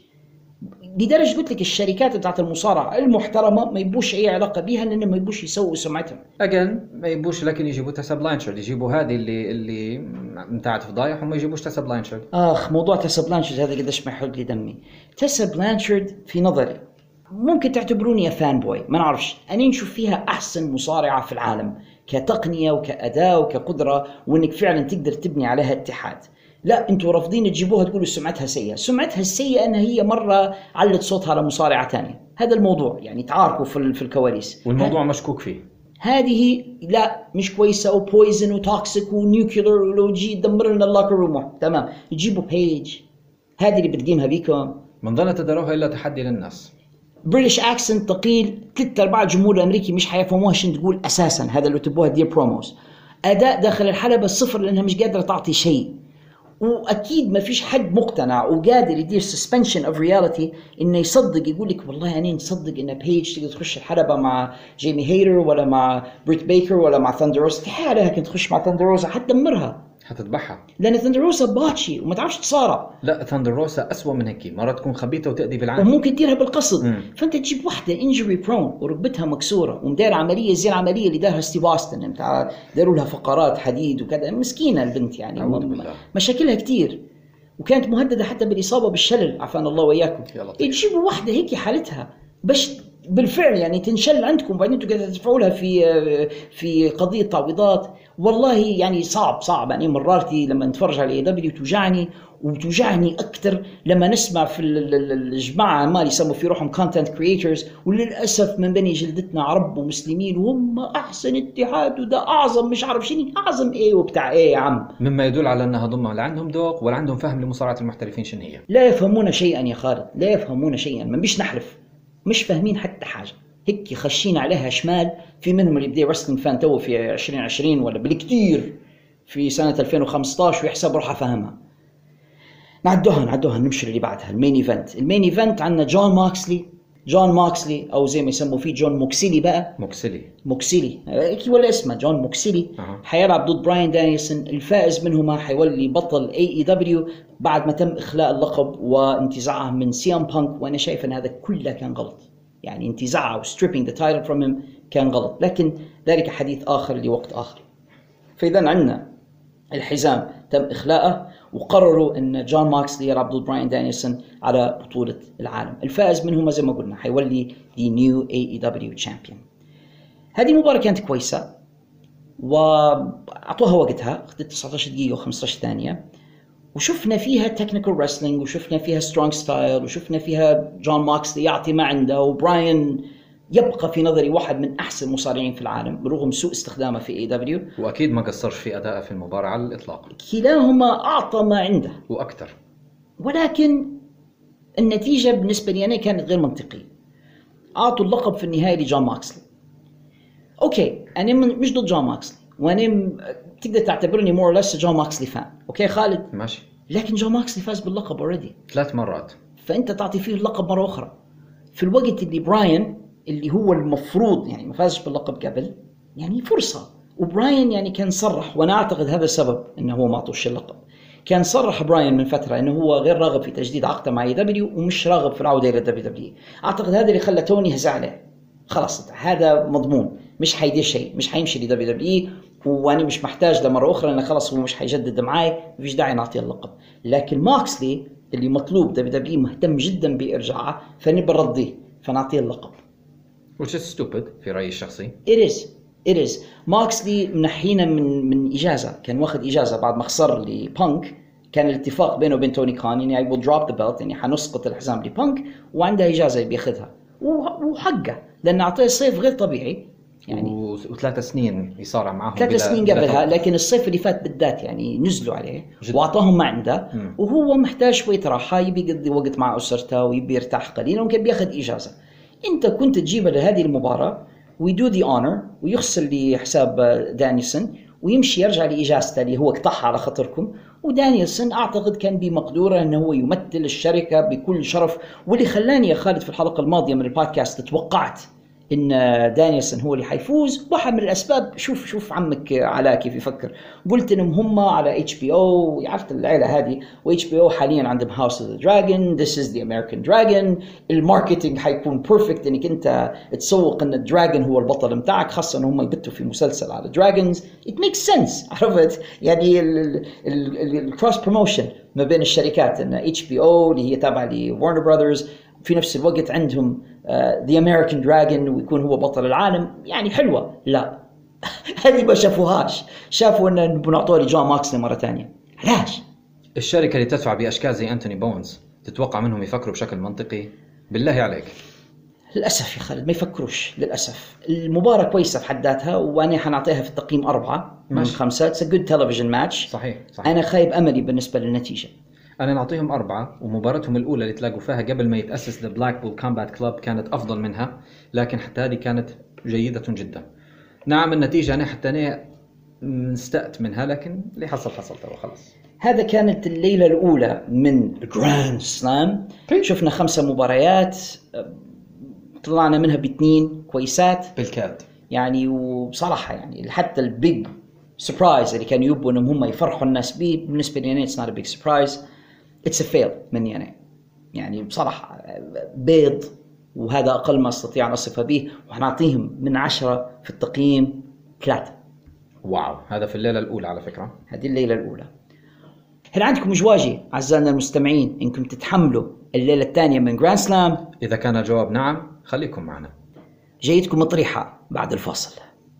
لدرجة قلت لك الشركات بتاعت المصارعة المحترمة ما يبوش أي علاقة بيها لأنه ما يبوش يسووا سمعتهم. أجل ما يبوش، لكن يجيبوا تسا بلانشارد، يجيبوا هذه اللي اللي متاعت فضايح وما يجيبوش تسا بلانشارد. آخ موضوع تسا بلانشارد هذا قديش ما يحرق لي دمي. تسا بلانشارد في نظري ممكن تعتبروني فان بوي، ما نعرفش، أنا نشوف فيها أحسن مصارعة في العالم كتقنية وكأداء وكقدرة، وإنك فعلا تقدر تبني عليها اتحاد. لا انتوا رافضين تجيبوها تقولوا سمعتها سيئة. سمعتها السيئة انها هي مرة علت صوتها على مصارعة تانية، هذا الموضوع، يعني تعاركوا في في الكواليس والموضوع مشكوك فيه. هذه لا مش كويسة وبويزن وتوكسيك ونيوكلير ولو جي دمر لنا اللوكر روم. تمام تجيبوا بيج هذه اللي بتقيمها بيكم من ظن تدروها الا تحدي للناس. بريتش اكسنت ثقيل، ثلاثة أرباع الجمهور الامريكي مش حيفهموها شنو تقول اساسا. هذا اللي تبوها دير بروموز. اداء داخل الحلبة الصفر لانها مش قادرة تعطي شيء، واكيد ما فيش حد مقتنع وقادر يدير suspension of reality انه يصدق يقول لك والله انا نصدق ان بيج تقدر تخش الحلبة مع جيمي هيدر ولا مع بريت بيكر ولا مع ثاندر روزا. تحيا عليها كنت تخش مع ثاندر روزا حتدمرها، حتذبحها، لان ثاندر روزا باتشي وما تعرفش تصارع. لا ثاندر روزا اسوأ من هيك، مرة تكون خبيثة وتأذي بالعين وممكن تديرها بالقصد. مم. فانت تجيب واحدة injury prone وركبتها مكسورة ومدير عملية زي العملية اللي دارها ستيف أوستن، متاع داروا لها فقرات حديد وكذا، مسكينة البنت يعني م- مشاكلها كتير، وكانت مهددة حتى بالإصابة بالشلل عفان الله وإياكم. تجيبوا واحدة هيك حالتها باش بالفعل يعني تنشل عندكم وبعدين انتوا قاعدين تدفعوا لها في في قضية تعويضات. والله يعني صعب صعب يعني مرارتي لما نتفرج على اي دبليو توجعني، وتوجعني أكثر لما نسمع في الجماعة ما يسموا في روحهم content creators، وللأسف من بني جلدتنا عرب ومسلمين وهم أحسن اتحاد وده أعظم مش عارف شنو أعظم إيه وبتاع إيه يا عم، مما يدل على أنها ضمن لا عندهم ذوق ولا عندهم فهم لمصارعة المحترفين شنو هي. لا يفهمون شيئا يا خالد، لا يفهمون شيئا، ما بيش نحلف مش فاهمين حتى حاجة. هيك خشين عليها شمال، في منهم اللي بدي رسلينج فان تو في عشرين عشرين ولا بالكتير في سنة ألفين وخمسة عشر ويحسب روحها فهمها. نعدوها نعدوها نمشي اللي بعدها. المين ايفنت المين ايفنت عندنا جون ماكسلي جون ماكسلي او زي ما يسموا فيه جون موكسيلي بقى موكسيلي موكسيلي هيك ولا اسمه جون موكسيلي. أه. حيلعب ضد براين دانيلسون، الفائز منهما حيولي بطل اي اي دبليو بعد ما تم اخلاء اللقب وانتزاعه من سي ام بانك. وانا شايف ان هذا كله كان غلط، يعني انتزاعه وستريبينج ذا تايتل فروم هيم كان غلط، لكن ذلك حديث اخر لوقت اخر. فاذا عندنا الحزام تم إخلاءه وقرروا أن جون ماكسلي يلعب ضد براين دانيلسون على بطولة العالم. الفائز منهما زي ما قلنا حيولي the new إيه إي دبليو champion. هذه المباراة كانت كويسة وأعطوها وقتها، أخذت تسعة عشر دقيقة و15 ثانية، وشفنا فيها technical wrestling وشفنا فيها strong style وشفنا فيها جون ماكسلي يعطي ما عنده، وبراين يبقى في نظري واحد من أحسن المصارعين في العالم برغم سوء استخدامه في إيه دبليو، وأكيد ما قصرش في أداءه في المباراة على الإطلاق. كلاهما أعطى ما عنده وأكثر، ولكن النتيجة بالنسبة لي أنا كانت غير منطقية. أعطوا اللقب في النهاية لجون ماكسلي. أوكي أنا مش ضد جون ماكسلي، وأنا تقدر تعتبرني more or less جون ماكسلي فان، أوكي خالد ماشي، لكن جون ماكسلي فاز باللقب already ثلاث مرات، فأنت تعطي فيه اللقب مرة أخرى في الوقت اللي براين اللي هو المفروض يعني ما فازش باللقب قبل يعني فرصة. وبراين يعني كان صرح، وأنا أعتقد هذا السبب إنه هو ما عطوش اللقب، كان صرح براين من فترة إنه هو غير راغب في تجديد عقده مع إيه دبليو ومش راغب في العودة إلى دبليو دبليو. أعتقد هذا اللي خلى توني هزع عليه، خلاص هذا مضمون مش حيدير شيء، مش حيمشي لدبليو دبليو وأنا مش محتاج لمرة أخرى لأنه خلاص هو مش حيجدد معاي، مفيش داعي نعطيه اللقب. لكن ماكسلي اللي مطلوب دبليو دبليو مهتم جدا بإرجاعه فنبي نرضيه فنعطيه اللقب. which is stupid في رأيي الشخصي. it is it is ماكسلي منحينا من من إجازة، كان واخد إجازة بعد ما خسر لبانك، كان الاتفاق بينه وبين توني كان يعني I will drop the belt يعني حنسقط الحزام لبانك وعنده إجازة بياخذها وحقه لأن أعطيه صيف غير طبيعي يعني و... وثلاث سنين يصارع معهم ثلاث سنين قبلها، لكن الصيف اللي فات بالذات يعني نزلوا عليه جد. وأعطاهم ما عنده م. وهو محتاج شوية راحة، يبي يقضي وقت مع أسرته ويبي يرتاح قليلا وكان بياخذ إجازة. أنت كنت تجيبه لهذه المباراة ويدو ذا اونر ويغسل لي حساب دانيلسون ويمشي يرجع لإجازته اللي هو قطعها على خاطركم. ودانيلسون أعتقد كان بمقدوره أنه هو يمثل الشركة بكل شرف. واللي خلاني يا خالد في الحلقة الماضية من البودكاست توقعت إن دانيلسون هو اللي حيفوز، واحد من الأسباب شوف شوف عمك علاء كيف يفكر، قلت إنهم هم على إتش بي أو، عرفت العيلة هذه، و إتش بي أو حاليا عندهم House of the Dragon, This is the American Dragon. الماركتينج حيكون بيرفكت إنك أنت تسوق إن الدراجون هو البطل متاعك، خاصة إن هم يبتوا في مسلسل على Dragons. It makes sense، عرفت يعني الكروس بروموشن ما بين الشركات، إن إتش بي أو اللي هي تابعة لورنر براذرز في نفس الوقت عندهم uh, The American Dragon ويكون هو بطل العالم، يعني حلوة. لا هذه ما شافوهاش، شافوا أن بنعطوا جون ماكسلي مرة تانية. علاش؟ الشركة اللي تدفع بأشكال زي أنتوني بونز تتوقع منهم يفكروا بشكل منطقي؟ بالله عليك. للأسف يا خالد ما يفكروش للأسف. المباراة كويسة في حد ذاتها وأنا حنعطيها في التقييم أربعة من خمسة. It's a good television match. صحيح, صحيح. أنا خايب أملي بالنسبة للنتيجة. أنا نعطيهم أربعة، ومباراتهم الأولى اللي تلاقوا فيها قبل ما يتأسس The Blackpool Combat Club كانت أفضل منها، لكن حتى هذه كانت جيدة جدا. نعم النتيجة أنا حتى أنا مستأت منها، لكن اللي حصل حصل ترى خلاص. هذا كانت الليلة الأولى من جراند سلام. شفنا خمسة مباريات، طلعنا منها باثنين كويسات بالكاد يعني. وبصراحة يعني حتى البيج سربرايز اللي كانوا يبوا انهم هم يفرحوا الناس بيه، بالنسبة لي it's not a big surprise, it's a fail مني أنا يعني. بصراحة بيض، وهذا أقل ما أستطيع أن أصفه به، وحنعطيهم من عشرة في التقييم ثلاثة. واو، هذا في الليلة الأولى على فكرة. هذه الليلة الأولى. هل عندكم جواجي أعزائنا المستمعين إنكم تتحملوا الليلة الثانية من جراند سلام؟ إذا كان الجواب نعم خليكم معنا. جايتكم مطريحة بعد الفاصل.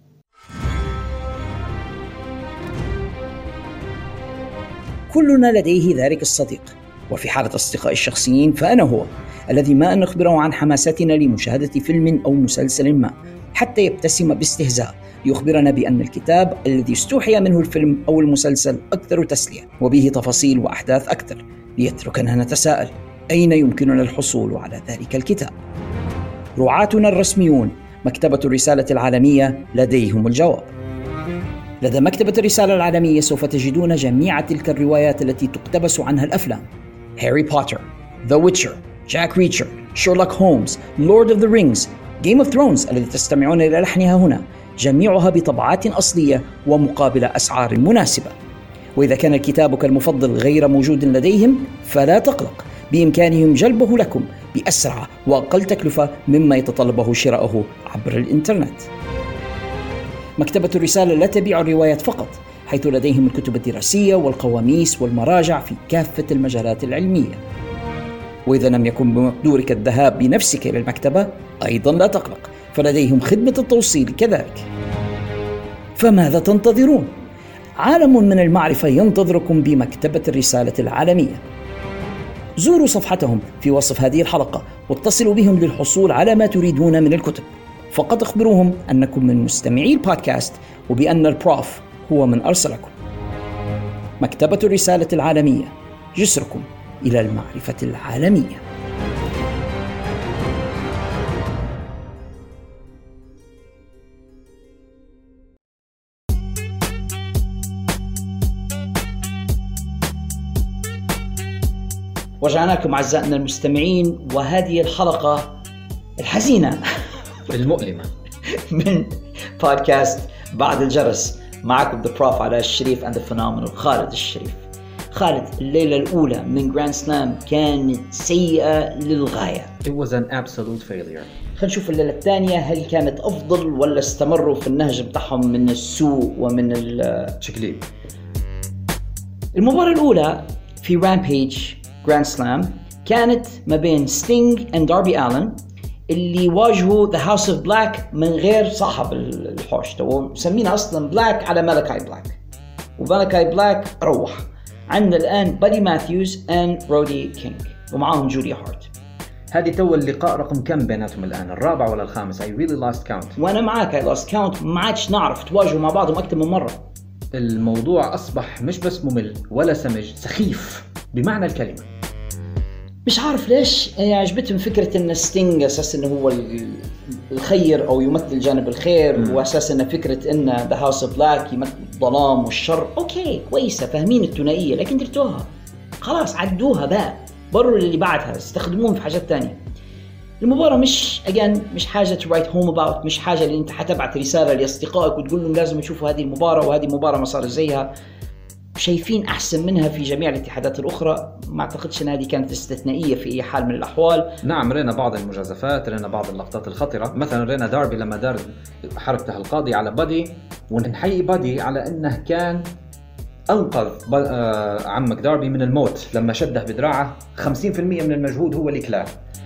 كلنا لديه ذلك الصديق، وفي حالة أصدقائي الشخصيين فأنا هو الذي ما أن نخبره عن حماستنا لمشاهدة فيلم أو مسلسل ما حتى يبتسم باستهزاء ليخبرنا بأن الكتاب الذي استوحي منه الفيلم أو المسلسل أكثر تسلية وبه تفاصيل وأحداث أكثر، ليتركنا نتساءل أين يمكننا الحصول على ذلك الكتاب. رعاتنا الرسميون مكتبة الرسالة العالمية لديهم الجواب. لدى مكتبة الرسالة العالمية سوف تجدون جميع تلك الروايات التي تقتبس عنها الأفلام: هاري بوتر، ذا ويتشر، جاك ريتشر، شيرلوك هولمز، لورد اوف ذا رينجز، جيم اوف ثرونز الذي تستمعون إلى لحنها هنا، جميعها بطبعات أصلية ومقابل أسعار مناسبة. وإذا كان كتابك المفضل غير موجود لديهم فلا تقلق، بإمكانهم جلبه لكم بأسرع وأقل تكلفة مما يتطلبه شراؤه عبر الإنترنت. مكتبة الرسالة لا تبيع الروايات فقط، حيث لديهم الكتب الدراسية والقواميس والمراجع في كافة المجالات العلمية. وإذا لم يكن بمقدورك الذهاب بنفسك إلى المكتبة أيضا لا تقلق، فلديهم خدمة التوصيل كذلك. فماذا تنتظرون؟ عالم من المعرفة ينتظركم بمكتبة الرسالة العالمية. زوروا صفحتهم في وصف هذه الحلقة واتصلوا بهم للحصول على ما تريدون من الكتب. فقط اخبروهم أنكم من مستمعي البودكاست وبأن البروف هو من أرسلكم. مكتبة الرسالة العالمية، جسركم إلى المعرفة العالمية. ورجعنا لكم أعزائنا المستمعين، وهذه الحلقة الحزينة المؤلمة من بودكاست بعد الجرس. معكم The Prof علاء الشريف and the phenomenal خالد الشريف. خالد، الليلة الأولى من جراند سلام كانت سيئة للغاية. It was an absolute failure. خلينا نشوف الليلة الثانية، هل كانت أفضل ولا استمروا في النهج بتاعهم من السوء ومن التكليب؟ المباراة الأولى في رامبيج جراند سلام كانت ما بين ستينج and داربي آلن، اللي واجهوا The House of Black من غير صاحب الحوش، تو مسمينا أصلا بلاك على مالكاي بلاك، ومالكاي بلاك روح. عندنا الآن بادي ماثيوز and رودي كينج، ومعاهم جوليا هارت. هذه تو اللقاء رقم كم بيناتهم الآن؟ الرابع ولا الخامس؟ I really lost count. وأنا معاك I lost count. ما عادش نعرف تواجهوا مع بعضهم أكثر من مرة. الموضوع أصبح مش بس ممل ولا سمج، سخيف بمعنى الكلمة. مش عارف ليش يعني عجبتهم فكرة ان ستينج اساس انه هو الخير او يمثل جانب الخير م. واساس ان فكرة ان ذا هاوس اوف بلاك يمثل الظلام والشر. اوكي كويسة فاهمين الثنائية لكن درتوها خلاص عدوها بقى بروا اللي بعدها استخدموهم في حاجات تانية. المباراة مش أجان مش حاجة to write home about مش حاجة اللي انت حتبعت رسالة لأصدقائك وتقول لهم لازم يشوفوا هذه المباراة وهذه المباراة ما صار زيها. شايفين أحسن منها في جميع الاتحادات الأخرى. ما أعتقدش أن هذه كانت استثنائية في أي حال من الأحوال. نعم رينا بعض المجازفات رينا بعض اللقطات الخطرة مثلا رينا داربي لما دار حركته القاضية على بادي ونحيي بادي على أنه كان أنقذ عمك داربي من الموت لما شده بدراعه. خمسين بالمئة من المجهود هو اللي كلاه.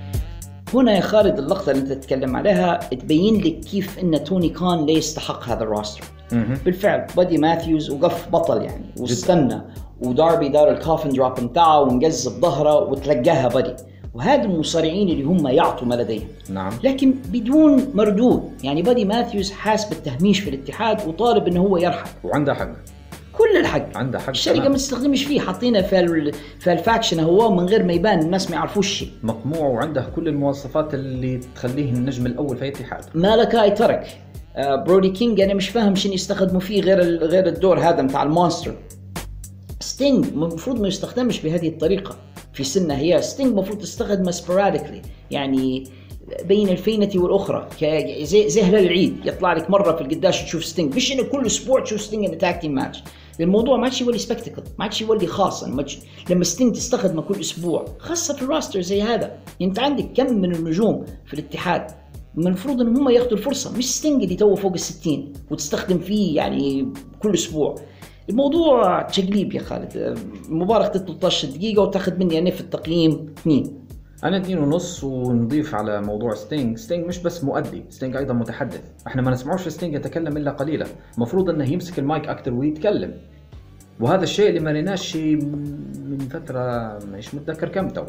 هنا يا خالد اللقطة اللي أنت تتكلم عليها تبين لك كيف أن توني كان لا يستحق هذا الراستر. بالفعل بادي ماثيوز وقف بطل يعني واستنى وداربي دار الكافن دروب بتاعه ونجذب ظهره وتلقاها بادي. وهذا المصارعين اللي هم يعطوا ما لديهم. نعم. لكن بدون مردود يعني بادي ماثيوز حاس بالتهميش في الاتحاد وطالب أنه هو يرحل وعنده حق كل الحق. عنده حق. الشركة ما تستخدمش فيه حاطينه في في الفاكشن هو من غير ما يبان الناس ما يعرفوش شيء. مقموع وعنده كل المواصفات اللي تخليه النجم الأول في الاتحاد. مالكاي ترك آه برودي كينج أنا مش فاهم شنو يستخدموا فيه غير غير الدور هذا متاع المونستر. ستينج المفروض ما يستخدمش بهذه الطريقة في سنة. هي ستينج المفروض تستخدمه سبوراديكلي يعني بين الفينة والأخرى زي زي هلال العيد يطلع لك مرة في القداش تشوف ستينج مش إنه كل أسبوع تشوف ستينج إن تاك تيم ماتش. الموضوع ما عادش يولي سبكتكل ما عادش يولي خاصا لما ستينج تستخدمه كل أسبوع خاصة في الراستر زي هذا. يعني أنت عندك كم من النجوم في الاتحاد من المفروض إن هم ياخذوا الفرصة مش ستينج اللي توه فوق الستين وتستخدم فيه يعني كل أسبوع. الموضوع تشقليب يا خالد. المباراة ثلاثة عشر دقيقة وتاخذ مني أنا في التقييم اثنين. أنا اثنين ونص. ونضيف على موضوع ستينج ستينج مش بس مؤدي ستينج أيضا متحدث. احنا ما نسمعوش ستينج يتكلم إلا قليلا. مفروض أنه يمسك المايك أكتر ويتكلم وهذا الشيء اللي ما ريناش من فترة مش متذكر كم تو.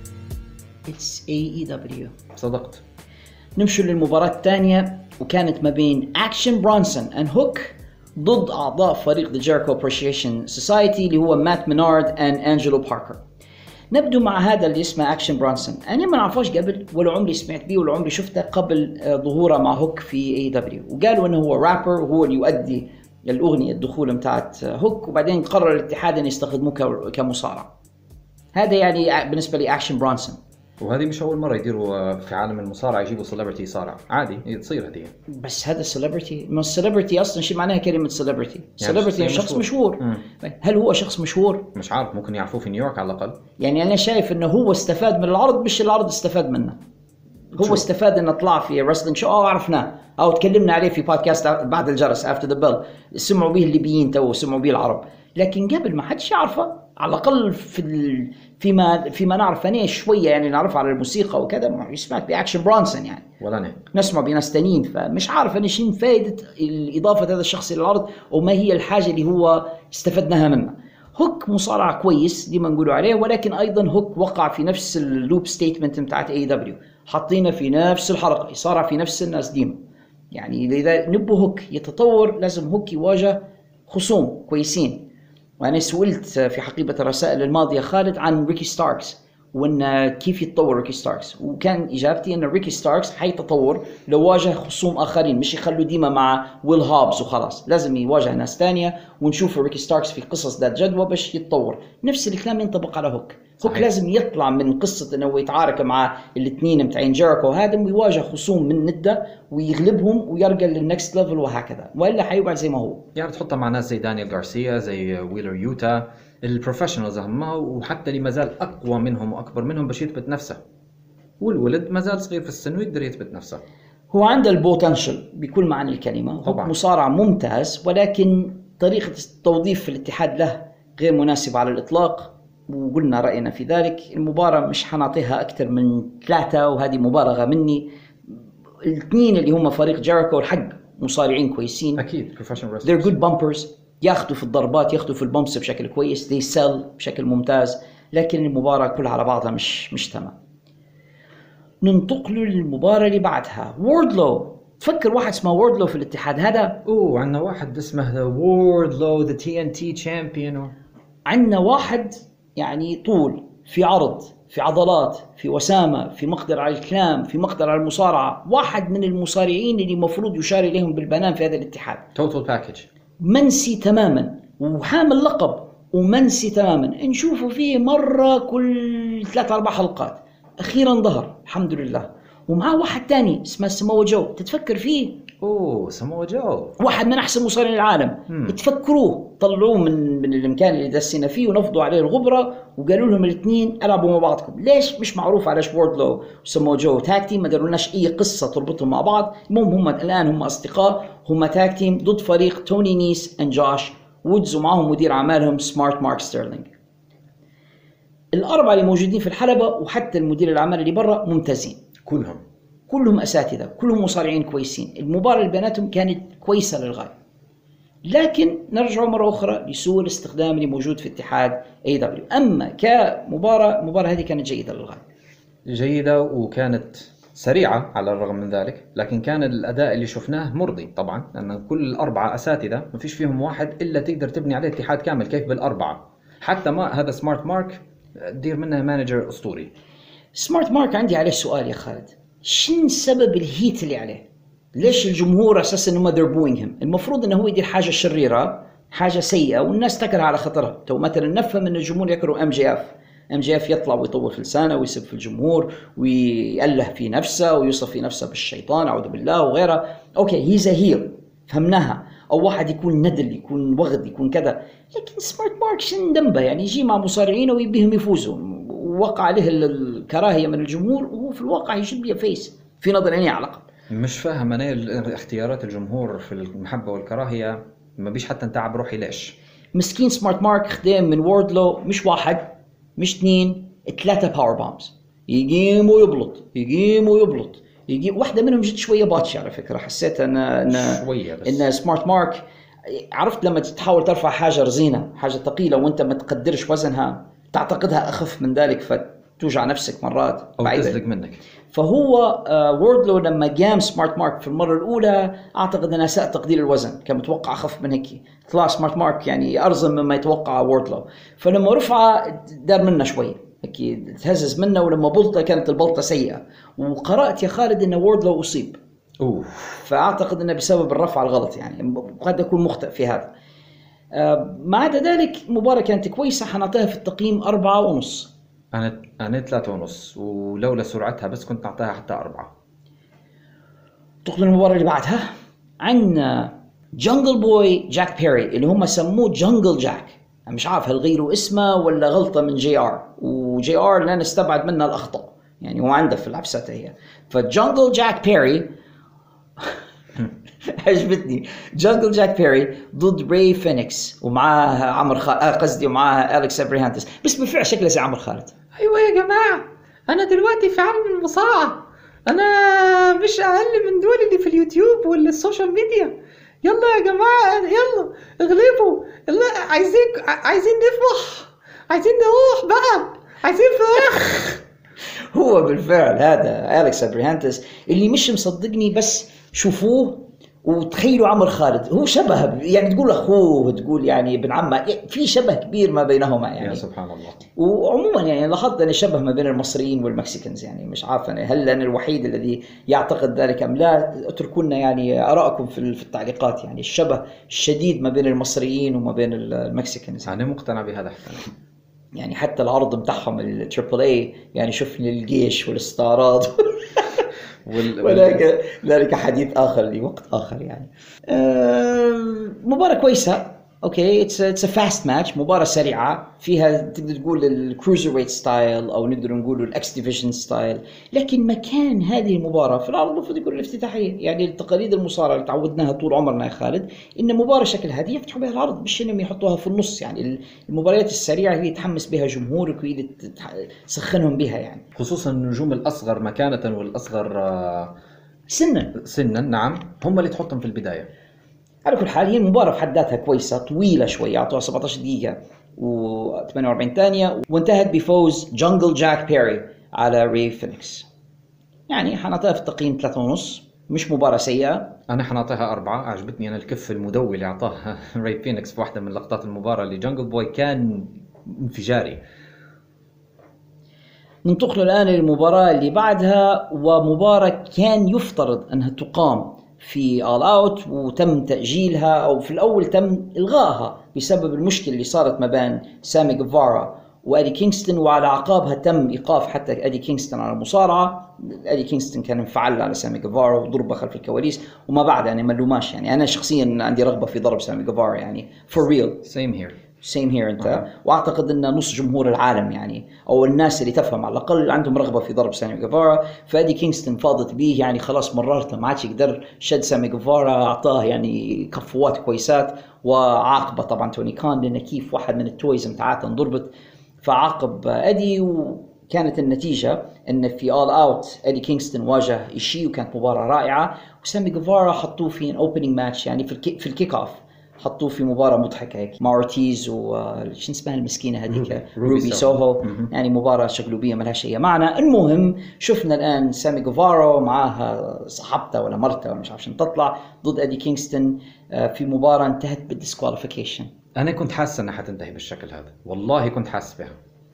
It's إيه إي دبليو. صدقت. نمشي للمباراة الثانية وكانت ما بين أكشن برونسون and هوك ضد أعضاء فريق The Jericho Appreciation Society اللي هو مات مينارد and أنجلو باركر. نبدو مع هذا اللي اسمه أكشن برونسون. أنا ما نعرفوش قبل ولا عمري سمعت بيه ولا عمري شفته قبل ظهوره مع هوك في إيه إي دبليو. وقالوا إنه هو رابر وهو اللي يؤدي الأغنية الدخول متاعت هوك وبعدين قرر الاتحاد أن يستخدموه كمصارع. هذا يعني بالنسبة لي أكشن برونسون. وهذه مش أول مرة يديروا في عالم المصارعة يجيبوا سيلبرتي يصارع عادي تصير هذه. بس هذا سيلبرتي ما السيلبرتي أصلا شيء معناها كلمة سيلبرتي. سيلبرتي يعني شخص مشهور. مشهور. هل هو شخص مشهور؟ مش عارف ممكن يعرفوه في نيويورك على الأقل. يعني أنا شايف إنه هو استفاد من العرض مش العرض استفاد منه. هو شو. استفاد إنه طلع في رسلينج شو أو عرفناه أو تكلمنا عليه في بودكاست بعد الجرس after the bell سمعوا به الليبيين تو سمعوا به العرب لكن قبل ما حدش يعرفه على الأقل في ال... فيما فيما نعرف أنا شوية يعني نعرف على الموسيقى وكذا ما يسمعك بأكشن برونسون يعني ولا نه نسمع بناس تانيين فمش عارف أنا شين فائدة إضافة هذا الشخص إلى العرض وما هي الحاجة اللي هو استفدناها منه. هوك مصارع كويس دي ما نقوله عليه ولكن أيضا هوك وقع في نفس اللوب ستيتمنت متاعت إيه دبليو حاطينه في نفس الحلقة يصارع في نفس الناس ديما. يعني إذا نبو هوك يتطور لازم هوك يواجه خصوم كويسين. وأنا سئلت في حقيبة الرسائل الماضية خالد عن ريكي ستاركس وأن كيف يتطور ريكي ستاركس وكان إجابتي أن ريكي ستاركس حيتطور لو واجه خصوم آخرين مش يخلوا ديما مع ويل هابز وخلاص لازم يواجه ناس تانية ونشوف ريكي ستاركس في قصص ذات جدوى باش يتطور. نفس الكلام ينطبق على هوك. هوك لازم يطلع من قصة أنه يتعارك مع الاثنين متاعين جيريكو هذا ويواجه خصوم من ندة ويغلبهم ويرجع للنكست ليفل وهكذا وإلا حيوقع زي ما هو. يعني تحطها مع ناس زي دانيال غارسيا زي ويلر يوتا البروفيشنالز هم وحتى اللي مازال أقوى منهم وأكبر منهم باش يثبت نفسه والولد مازال صغير في السن ويقدر يثبت نفسه. هو عنده البوتنشل بكل معنى الكلمة. هو مصارع ممتاز ولكن طريقة التوظيف في الاتحاد له غير مناسبة على الإطلاق وقلنا رأينا في ذلك. المباراة مش حنعطيها أكثر من ثلاثة وهذه مبالغة مني. الاثنين اللي هم فريق جيريكو الحق مصارعين كويسين أكيد professional they're good bumpers ياخذوا في الضربات ياخذوا في البمبس بشكل كويس they sell بشكل ممتاز لكن المباراة كلها على بعضها مش مش تمام. ننتقل للمباراة اللي بعدها ووردلو. تفكر واحد اسمه ووردلو في الاتحاد هذا؟ اوه عندنا واحد اسمه ووردلو ذا تي ان تي champion. عندنا واحد يعني طول في عرض في عضلات، في وسامة، في مقدرة على الكلام، في مقدرة على المصارعة. واحد من المصارعين اللي مفروض يشار إليهم بالبنان في هذا الاتحاد. توتال باكج. منسي تماما وحامل لقب ومنسي تماما. نشوفه فيه مرة كل ثلاث أربع حلقات. أخيرا ظهر الحمد لله. ومعاه واحد تاني اسمه سمو جو. تتفكر فيه؟ اوه سمو جو واحد من احسن مصارعين العالم. مم. تفكروه طلعوه من من المكان اللي دسينا فيه ونفضوا عليه الغبره وقالوا لهم الاثنين العبوا مع بعضكم. ليش؟ مش معروف علاش ووردلو وسمو جو تاك تيم، ما دارولناش اي قصه تربطهم مع بعض. المهم هم الان هم اصدقاء، هم تاك تيم ضد فريق توني نيس اند جوش وودز، ومعهم مدير اعمالهم سمارت مارك ستيرلينج. الاربعه اللي موجودين في الحلبه وحتى المدير الاعمال اللي برا ممتازين كلهم كلهم أساتذة، كلهم مصارعين كويسين. المباراة اللي بيناتهم كانت كويسة للغاية. لكن نرجع مرة أخرى لسوء الاستخدام اللي موجود في اتحاد إيه دبليو. أما كمباراة، المباراة هذه كانت جيدة للغاية، جيدة وكانت سريعة على الرغم من ذلك، لكن كان الأداء اللي شفناه مرضي طبعا، لأن كل الأربعة أساتذة ما فيش فيهم واحد إلا تقدر تبني عليه اتحاد كامل. كيف بالأربعة؟ حتى ما هذا سمارت مارك دير منه مانجر أسطوري. سمارت مارك عندي عليه سؤال يا خالد، شن سبب الهيت اللي عليه؟ ليش الجمهور اساسا انه they're booing him؟ المفروض انه هو يدير حاجه شريره، حاجه سيئه والناس تكره على خطرها. تو مثلا نفهم ان الجمهور يكره ام جي اف، ام جي اف يطلع ويطول في لسانه ويسب في الجمهور ويأله في نفسه ويوصف في نفسه بالشيطان اعوذ بالله وغيره. اوكي هيز ا هيل، فهمناها. او واحد يكون ندل، يكون وغد، يكون كذا. لكن سمارت مارك شن ذنبه؟ يعني يجي مع مصارعين ويبيهم يفوزوا، وقع عليه الكراهيه من الجمهور وهو في الواقع يجيب لي فيس في نظر عيني على الاقل. مش فاهم انا اختيارات الجمهور في المحبه والكراهيه، ما بيش حتى نتعب روحي ليش. مسكين سمارت مارك خدام من ووردلو، مش واحد مش اثنين، ثلاثه باور بومبز، يقيم ويبلط يقيم ويبلط يجيب. واحده منهم جت شويه باتشي على فكره، حسيت ان ان شويه بس. ان سمارت مارك، عرفت لما تحاول ترفع حاجه رزينه، حاجه ثقيله وانت ما تقدرش وزنها، تعتقدها اخف من ذلك فتوجع نفسك مرات او تزلق منك. فهو آه ووردلو لما قام سمارت مارك في المره الاولى اعتقد انه ساء تقدير الوزن، كان متوقع اخف من هيك، طلع سمارت مارك يعني ارزم مما يتوقع ووردلو. فلما رفعه دار منه شويه اكيد تهزز منه، ولما بلطه كانت البلطه سيئه. وقرات يا خالد ان ووردلو اصيب، اوه فاعتقد انه بسبب الرفع الغلط، يعني قد يكون مخطئ في هذا. آه ما عدا ذلك المباراه كانت كويسه، حنعطيها في التقييم أربعة ونص. أنا أنا ثلاثة ونص، ولولا سرعتها بس كنت أعطيها حتى أربعة. تقول المباراة اللي بعدها عندنا جانجل بوي جاك بيري اللي هم سموه جانجل جاك. أنا مش عارف هل غيروا اسمه ولا غلطة من جي آر، وجي آر لا نستبعد منها الأخطاء، يعني هو عنده في العبسات هي. فجانجل جاك بيري عجبتني. جانجل جاك بيري ضد راي فينيكس ومعاه عمر خالد، آه قصدي ومعاه أليكس أبريهانتس، بس بالفعل شكله زي عمر خالد. ايوه يا جماعه انا دلوقتي في عالم المصارعه، انا مش اقل من دول اللي في اليوتيوب ولا السوشيال ميديا. يلا يا جماعه يلا اغلبوا، يلا عايزين عايزين نفرح، عايزين نروح بقى، عايزين فراخ. هو بالفعل هذا أليكس أبريهانتس اللي مش مصدقني، بس شوفوه وتخيلوا عمر خالد، هو شبه يعني تقول اخوه، تقول يعني ابن عمه، في شبه كبير ما بينهما يعني. يا سبحان الله. وعموما يعني لاحظت ان شبه ما بين المصريين والمكسيكانز، يعني مش عارف أنا هل انا الوحيد الذي يعتقد ذلك ام لا؟ اتركوا لنا يعني ارائكم في التعليقات. يعني الشبه الشديد ما بين المصريين وما بين المكسيكانز. انا مقتنع بهذا حتى يعني حتى العرض بتاعهم التريبل اي، يعني شفنا الجيش والاستعراض وال... ولكن ذلك حديث آخر لوقت آخر. يعني أه... مباراة كويسة، اوكي اتس اتس ا فاست ماتش، مباراة سريعة فيها تقدر تقول الكروزر ويت ستايل او نقدر نقول الاكس ديفيجن ستايل. لكن مكان هذه المباراة في العرض المفروض يكون الافتتاحية، يعني التقاليد المصارعة اللي تعودناها طول عمرنا يا خالد ان مباراة شكل هذه يفتحوا بها العرض، مش انهم يحطوها في النص. يعني المباريات السريعة هي تحمس بها جمهورك وهي تسخنهم بها، يعني خصوصا النجوم الاصغر مكانة والاصغر سنا سنا. نعم هم اللي تحطهم في البداية. على كل حال هي المباراة في حد ذاتها كويسة، طويلة شوي، أعطوها سبعة عشر دقيقة وثمانية وأربعين ثانية، وانتهت بفوز جانجل جاك بيري على راي فينيكس. يعني حنعطيها في التقييم ثلاثة ونص، مش مباراة سيئة. أنا حنعطيها أربعة. عجبتني أنا الكف المدوي اللي أعطاه راي فينيكس في واحدة من لقطات المباراة اللي جانجل بوي كان انفجاري. ننتقل الآن للمباراة اللي بعدها، ومباراة كان يفترض أنها تقام في All Out وتم تأجيلها، أو في الأول تم إلغائها بسبب المشكلة اللي صارت ما بين سامي جيفارا وأدي كينغستون، وعلى عقابها تم إيقاف حتى أدي كينغستون على المصارعة. أدي كينغستون كان انفعل على سامي جيفارا وضربه خلف الكواليس وما بعد، يعني ملوماش. يعني أنا شخصيا عندي رغبة في ضرب سامي جيفارا يعني for real. same here same here أنت. وأعتقد أن نص جمهور العالم يعني أو الناس اللي تفهم على الأقل عندهم رغبة في ضرب سامي جيفارا. فأدي كينغستون فاضت بيه يعني خلاص مررته، ما عادش يقدر. شد سامي جيفارا، أعطاه يعني كفوات كويسات، وعاقبه طبعا توني كان لأنه كيف واحد من التويز متاعته انضربت، فعاقب أدي. وكانت النتيجة أن في All Out أدي كينغستون واجه إيشي، وكانت مباراة رائعة. وسامي جيفارا حطوه في opening match يعني في الكي في الكيك أوف، حطوه في مباراة مضحكة هيك مع أورتيز وش اسمها المسكينة هذيك روبي سوهو، يعني مباراة شغلوبية ما لهاش أي معنى. المهم شفنا الآن سامي جيفارا معها صاحبته ولا مرته ولا مش عارف شنو تطلع ضد أدي كينغستون في مباراة انتهت بالديسكواليفيكيشن. أنا كنت حاسس أنها حتنتهي بالشكل هذا، والله كنت حاسس بها.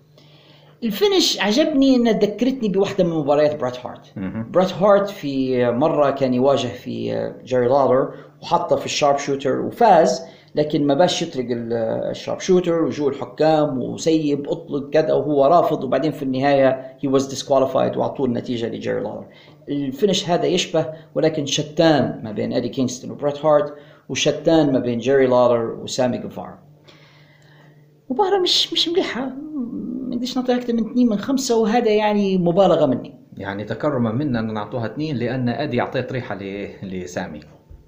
الفينش عجبني، إنها ذكرتني بواحدة من مباريات بريت هارت. بريت هارت في مرة كان يواجه في جيري لالر وحطه في الشارب شوتر وفاز، لكن ما باش يطلق الشارب شوتر وجو الحكام وسيب اطلق كذا وهو رافض، وبعدين في النهاية he was disqualified وعطوه النتيجة لجيري لالر. الفينش هذا يشبه ولكن شتان ما بين أدي كينغستون وبريت هارت، وشتان ما بين جيري لالر وسامي جيفارا. مباراة مش مش مليحة، ما قديش نعطيها أكثر من اثنين من خمسة، وهذا يعني مبالغة مني. يعني تكرما منا أن نعطوها اثنين لأن أدي أعطيت ريحة لسامي.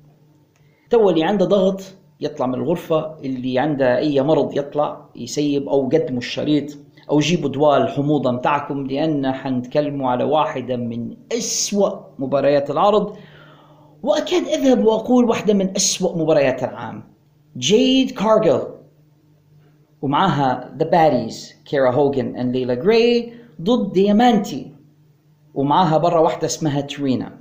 تو اللي عنده ضغط يطلع من الغرفة، اللي عنده أي مرض يطلع يسيب، أو قدموا الشريط أو جيبوا دواء الحموضة متاعكم، لأن حنتكلموا على واحدة من أسوأ مباريات العرض، وأكاد أذهب وأقول واحدة من أسوأ مباريات العام. جيد كارجل ومعها The Baddies كيرا هوغن and ليلا جراي ضد ديامانتي، ومعها برا واحدة اسمها ترينا،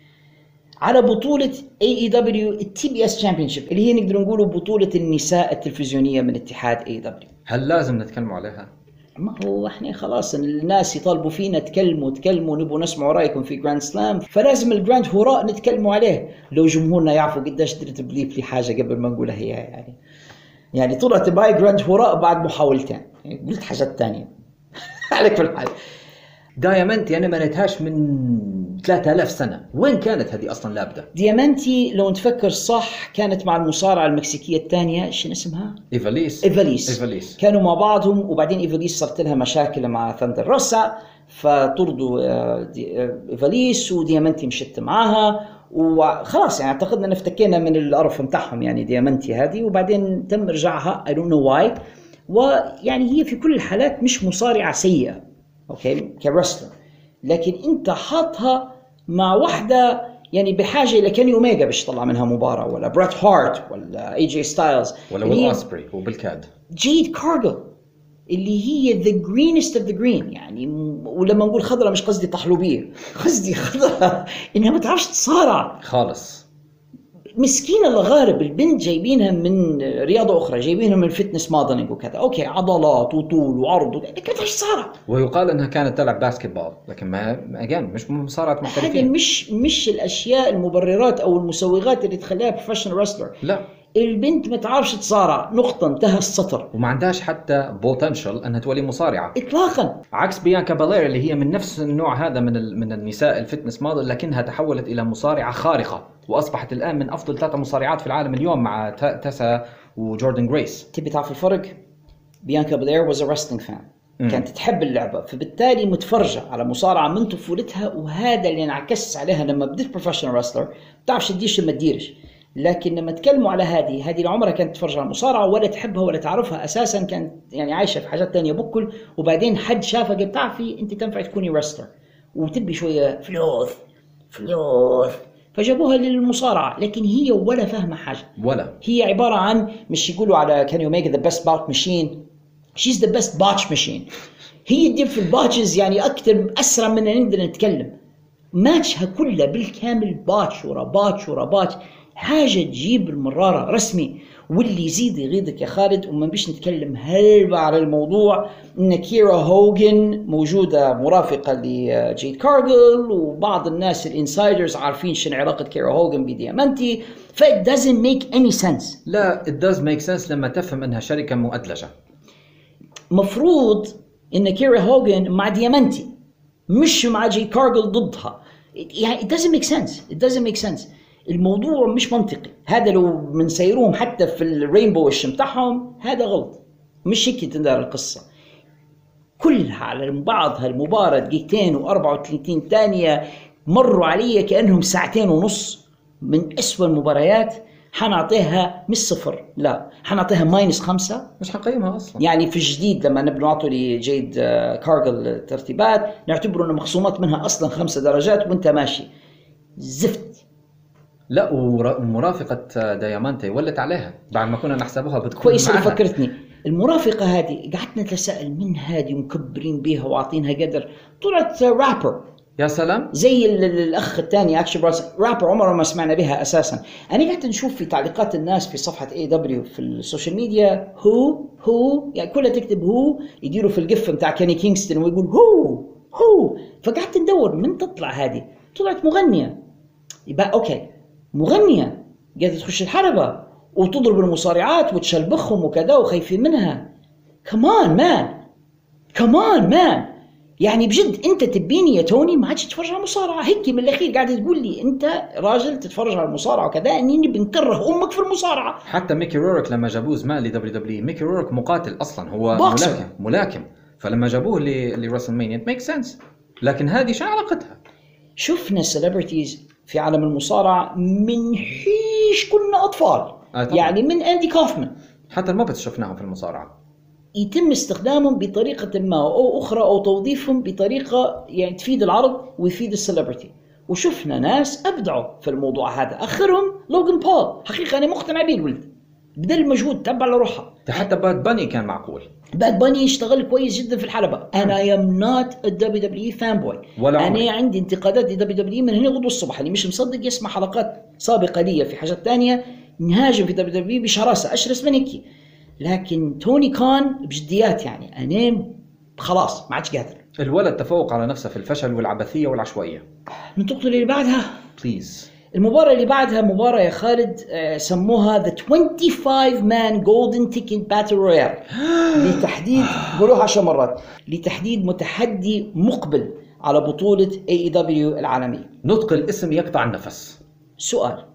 على بطولة إيه إي دبليو التي بي اس Championship اللي هي نقدر نقوله بطولة النساء التلفزيونية من اتحاد إيه إي دبليو. هل لازم نتكلم عليها؟ ما هو احنا خلاص الناس يطالبوا فينا تكلموا تكلموا نبغوا نسمع رأيكم في جراند سلام، فلازم الجراند هراء نتكلموا عليه. لو جمهورنا يعرفوا قديش درت بليب لي حاجة قبل ما نقولها هي يعني يعني طلعت باي جراند هراء بعد محاولتين، يعني قلت حاجات تانية عليك في الحال. دايمانتي أنا ما نتهاش من ثلاثة آلاف سنة، وين كانت هذه أصلا لابدة؟ ديامانتي لو نتفكر صح كانت مع المصارعة المكسيكية الثانية، شنو اسمها؟ إيفاليس. إيفاليس. إيفاليس كانوا مع بعضهم، وبعدين إيفاليس صارت لها مشاكل مع ثاندر روسا فطردوا إيفاليس، وديامانتي مشت معاها وخلاص. يعني اعتقدنا نفتكينا من القرف متاعهم يعني ديامانتي هذه، وبعدين تم رجعها I don't know why. ويعني هي في كل الحالات مش مصارعة سيئة اوكي كرسلر، لكن انت حاطها مع واحدة يعني بحاجة إلى كيني أوميجا باش طلع منها مباراة، ولا بريت هارت، ولا اي جي ستايلز، ولا ويل أوسبري وبالكاد جيد كارجل اللي هي the greenest of the green. يعني ولما نقول خضرة مش قصدي طحلوبية، قصدي خضرة إنها ما تعرفش تصارع خالص. مسكينة الغارب البنت جايبينها من رياضة أخرى، جايبينها من الفتنس موديلينج وكذا، أوكي عضلات وطول وعرض لكن ما تعرفش تصارع. ويقال إنها كانت تلعب باسكتبول لكن ما أجان مش مصارعة محترفين. هذه مش مش الأشياء المبررات أو المسوغات اللي تخليها بروفيشنال رسلر. لا، البنت ما تعرفش تصارع، نقطة، انتهى السطر. وما عندهاش حتى بوتنشل أنها تولي مصارعة إطلاقا، عكس بيانكا بالير اللي هي من نفس النوع هذا من من النساء الفتنس موديل، لكنها تحولت إلى مصارعة خارقة وأصبحت الآن من أفضل ثلاثة مصارعات في العالم اليوم مع تاسا وجوردن جريس. تبي تعرف الفرق؟ بيانكا بالير was a wrestling fan، كانت تحب اللعبة، فبالتالي متفرجة على مصارعة من طفولتها، وهذا اللي انعكس عليها لما بديت بروفيشنال رسلر. بتعرفش تديش لما تديرش، لكن لما تكلموا على هذه هذه العمرة كانت تتفرج على المصارعة ولا تحبها ولا تعرفها أساسا، كانت يعني عايشة في حاجات تانية بكل، وبعدين حد شافها قال بتعرفي أنت تنفع تكوني رسلر وتبي شوية فلوس فلوس، فجابوها للمصارعة. لكن هي ولا فاهمة حاجة، ولا هي عبارة عن مش يقولوا على كان يوميجا the best bot machine، she's the best botch machine. هي تدير في الباتشز يعني أكثر أسرع من أن نقدر نتكلم. ماتشها كلها بالكامل باتش ورا باتش ورا باتش، حاجة تجيب المرارة رسمي. واللي يزيد يغيظك يا خالد وما بيش نتكلم هلبا على الموضوع ان كيرا هوغن موجودة مرافقة لجيد كارجل وبعض الناس الانسايدرز عارفين شنو علاقة كيرا هوغن بديامانتي. ف it doesn't make any sense. لا it does make sense لما تفهم انها شركة مؤدلجة. مفروض ان كيرا هوغن مع ديامانتي مش مع جيد كارجل ضدها. يعني it doesn't make sense. it doesn't make sense. الموضوع مش منطقي. هذا لو من سيروهم حتى في الرينبو وش بتاعهم هذا غلط. مش هيك تندار القصة كلها على بعضها. المباراة دقيقتين وأربعة وثلاثين ثانية مروا علي كأنهم ساعتين ونص. من أسوأ المباريات. حنعطيها مش صفر لا حنعطيها ماينس خمسة. مش حنقيمها أصلا. يعني في الجديد لما نبدأ نعطوا لجيد كارجل ترتيبات نعتبره إنه مخصومات منها أصلا خمسة درجات وانت ماشي زفت. لا ومرافقة ديامانتي ولت عليها بعد ما كنا نحسبوها بتكون كويس معها. اللي فكرتني. المرافقة هذه قعدت نتساءل من هذه ومكبرين بيها وعاطينها قدر. طلعت رابر. يا سلام. زي الأخ الثاني أكشن براس رابر عمره ما سمعنا بها أساسا. أنا قعدت نشوف في تعليقات الناس في صفحة إيه دبليو في السوشيال ميديا هو هو يعني كلها تكتب هو يديروا في القفة متاع كيني كينغستون ويقول هو هو. فقعدت ندور من تطلع هذه. طلعت مغنية. يبقى أوكي مغنية قاعدة تخش الحلبة وتضرب المصارعات وتشلبخهم وكذا وخايفين منها. كمان مان كمان مان يعني بجد انت تبيني يا توني ما عادش تتفرج على المصارعة هيك من الأخير قاعد تقول لي انت راجل تتفرج على المصارعة وكذا اني بنكره امك في المصارعة. حتى ميكي رورك لما جابوه زمان لدبليو دبليو ميكي رورك مقاتل اصلا هو بوكسر. ملاكم ملاكم فلما جابوه لراسلمانيا ميك سنس. لكن هذه شو علاقتها؟ شفنا سيلبرتيز في عالم المصارعة من حيش كنا أطفال. آه يعني من أندي كوفمان حتى الموبت شفناهم في المصارعة يتم استخدامهم بطريقة ما أو أخرى أو توظيفهم بطريقة يعني تفيد العرض ويفيد السيلبرتي. وشفنا ناس أبدعوا في الموضوع هذا آخرهم لوغان بول. حقيقة أنا مقتنع به الولد بدل المجهود تبع لروحها. حتى باد باني كان معقول. باد باني اشتغل كويس جدا في الحلبة. أنا am not a دبليو دبليو إي fanboy. أنا عندي انتقادات ل دبليو دبليو إي من هنا غدوة الصبح. اللي مش مصدق يسمع حلقات سابقة لي في حاجات تانية نهاجم في دبليو دبليو إي بشراسة أشرس من هيك. لكن توني كان بجديات يعني أنا خلاص ما عادش قادر. الولد تفوق على نفسه في الفشل والعبثية والعشوائية. ننتقل اللي بعدها. بليز. المباراة اللي بعدها مباراة يا خالد سموها The twenty-five man Golden Ticket Battle Royale لتحديد قولوها عشر مرات لتحديد متحدي مقبل على بطولة إيه إي دبليو العالمية. نطق الاسم يقطع النفس. سؤال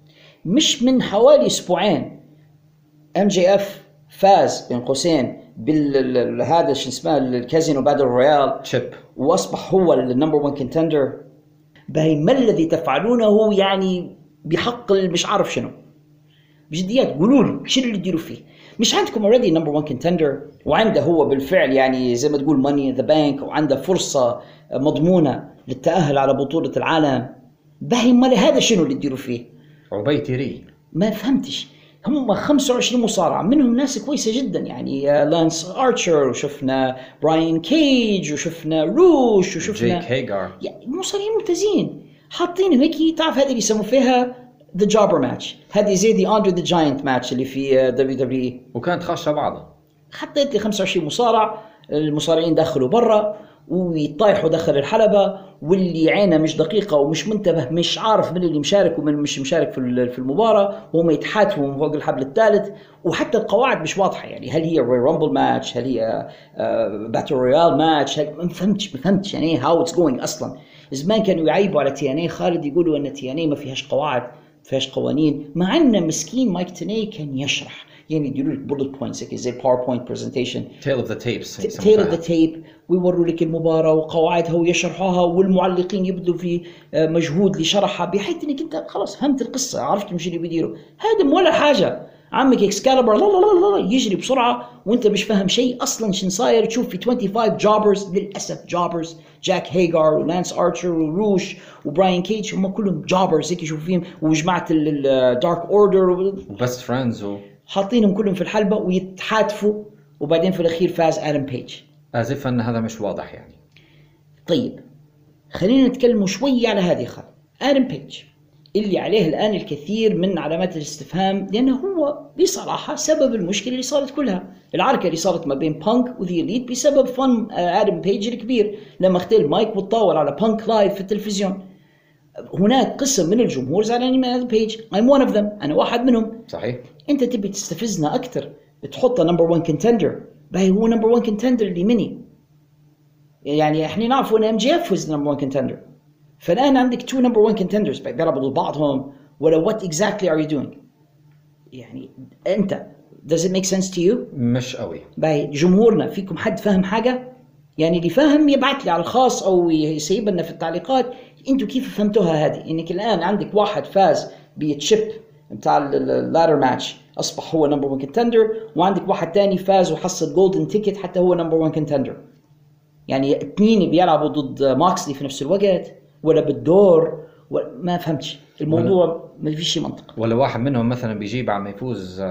مش من حوالي أسبوعين إم جي إف فاز بين قوسين بالهذا شو اسمه الكازينو باتل رويال تشيب واصبح هو النمبر وان كونتندر. باي ما الذي تفعلونه يعني بحق مش عارف شنو بجديات. قولوا لي شنو اللي تديروا فيه. مش عندكم اوريدي نمبر وان كونتندر وعنده هو بالفعل يعني زي ما تقول ماني ذا بانك وعنده فرصه مضمونه للتاهل على بطوله العالم. باي ما هذا شنو اللي تديروا فيه. عبيتيري ما فهمتش. هم خمسة وعشرين مصارع منهم ناس كويسة جدا يعني لانس آرشر وشفنا براين كيج وشفنا روش وشفنا جيك هيجار يعني مصارعين ممتازين حاطين هيك. تعرف هذه اللي يسموا فيها The Jobber Match. هذه زي The Andre the Giant Match اللي في دبليو دبليو إي وكانت خاشة بعضها. حطيت لي خمسة وعشرين مصارع المصارعين دخلوا برا ويطايحوا داخل الحلبة واللي عينه مش دقيقة ومش منتبه مش عارف من اللي مشارك ومن مش مشارك في المباراة وهم يتحاتفوا من فوق الحبل الثالث. وحتى القواعد مش واضحة يعني هل هي روي رامبل ماتش هل هي باتل رويال ماتش ما فهمتش ما فهمتش يعني هاو اتس جوينج أصلا. زمان كانوا يعيبوا على تي ان اي خالد يقولوا ان تي ان اي ما فيهاش قواعد ما فيهاش قوانين مع ان مسكين مايك تيني كان يشرح يعني يديروا لك bullet points زي PowerPoint presentation tale of the tapes tale of the tape ويوروا لك المباراة وقواعدها ويشرحوها والمعلقين يبدوا في مجهود لشرحها بحيث انك انت خلاص فهمت القصة عرفت مش اللي بيديروا. هذا ولا حاجة عمك اكسكالبر لا لا لا لا يجري بسرعة وانت مش فاهم شيء اصلا شن صاير. تشوف في twenty-five جوبرز للأسف جوبرز جاك هيجار ولانس آرشر وروش وبراين كيج هم كلهم جوبرز هيك يشوف فيهم وجماعة الدارك اوردر وبست فريندز حاطينهم كلهم في الحلبة ويتحاتفوا وبعدين في الأخير فاز آدم بيج. أزف أن هذا مش واضح يعني. طيب خلينا نتكلم شوي على هذه خالد. آدم بيج اللي عليه الآن الكثير من علامات الاستفهام، لأنه هو بصراحة سبب المشكلة اللي صارت كلها. العركة اللي صارت ما بين بانك وذي إليت بسبب فن آدم بيج الكبير لما اختل مايك وتطاول على بانك لايف في التلفزيون. هناك قسم من الجمهور زعلانين من آدم بيج. I'm one of them. أنا واحد منهم. صحيح. أنت تبي تستفزنا أكتر، تحطه نمبر وان كونتندر، باهي هو نمبر وان كونتندر اللي مني. يعني احنا نعرف ان ام جي اف was number one contender. فالآن عندك two number one contenders بيلعبوا ضد بعضهم، ولا what exactly are you doing؟ يعني أنت does it make sense to you؟ مش قوي. باي جمهورنا فيكم حد فاهم حاجة؟ يعني اللي فاهم يبعث لي على الخاص أو يسيب لنا في التعليقات أنتوا كيف فهمتوها هذه؟ إنك الآن عندك واحد فاز بيتشيب بتاع اللادر ماتش أصبح هو number one contender، وعندك واحد تاني فاز وحصل جولدن تيكت حتى هو number one contender. يعني اثنين بيلعبوا ضد ماكسلي في نفس الوقت ولا بالدور؟ ما فهمتش الموضوع، ما فيش منطق. ولا واحد منهم مثلا بيجيب عم يفوز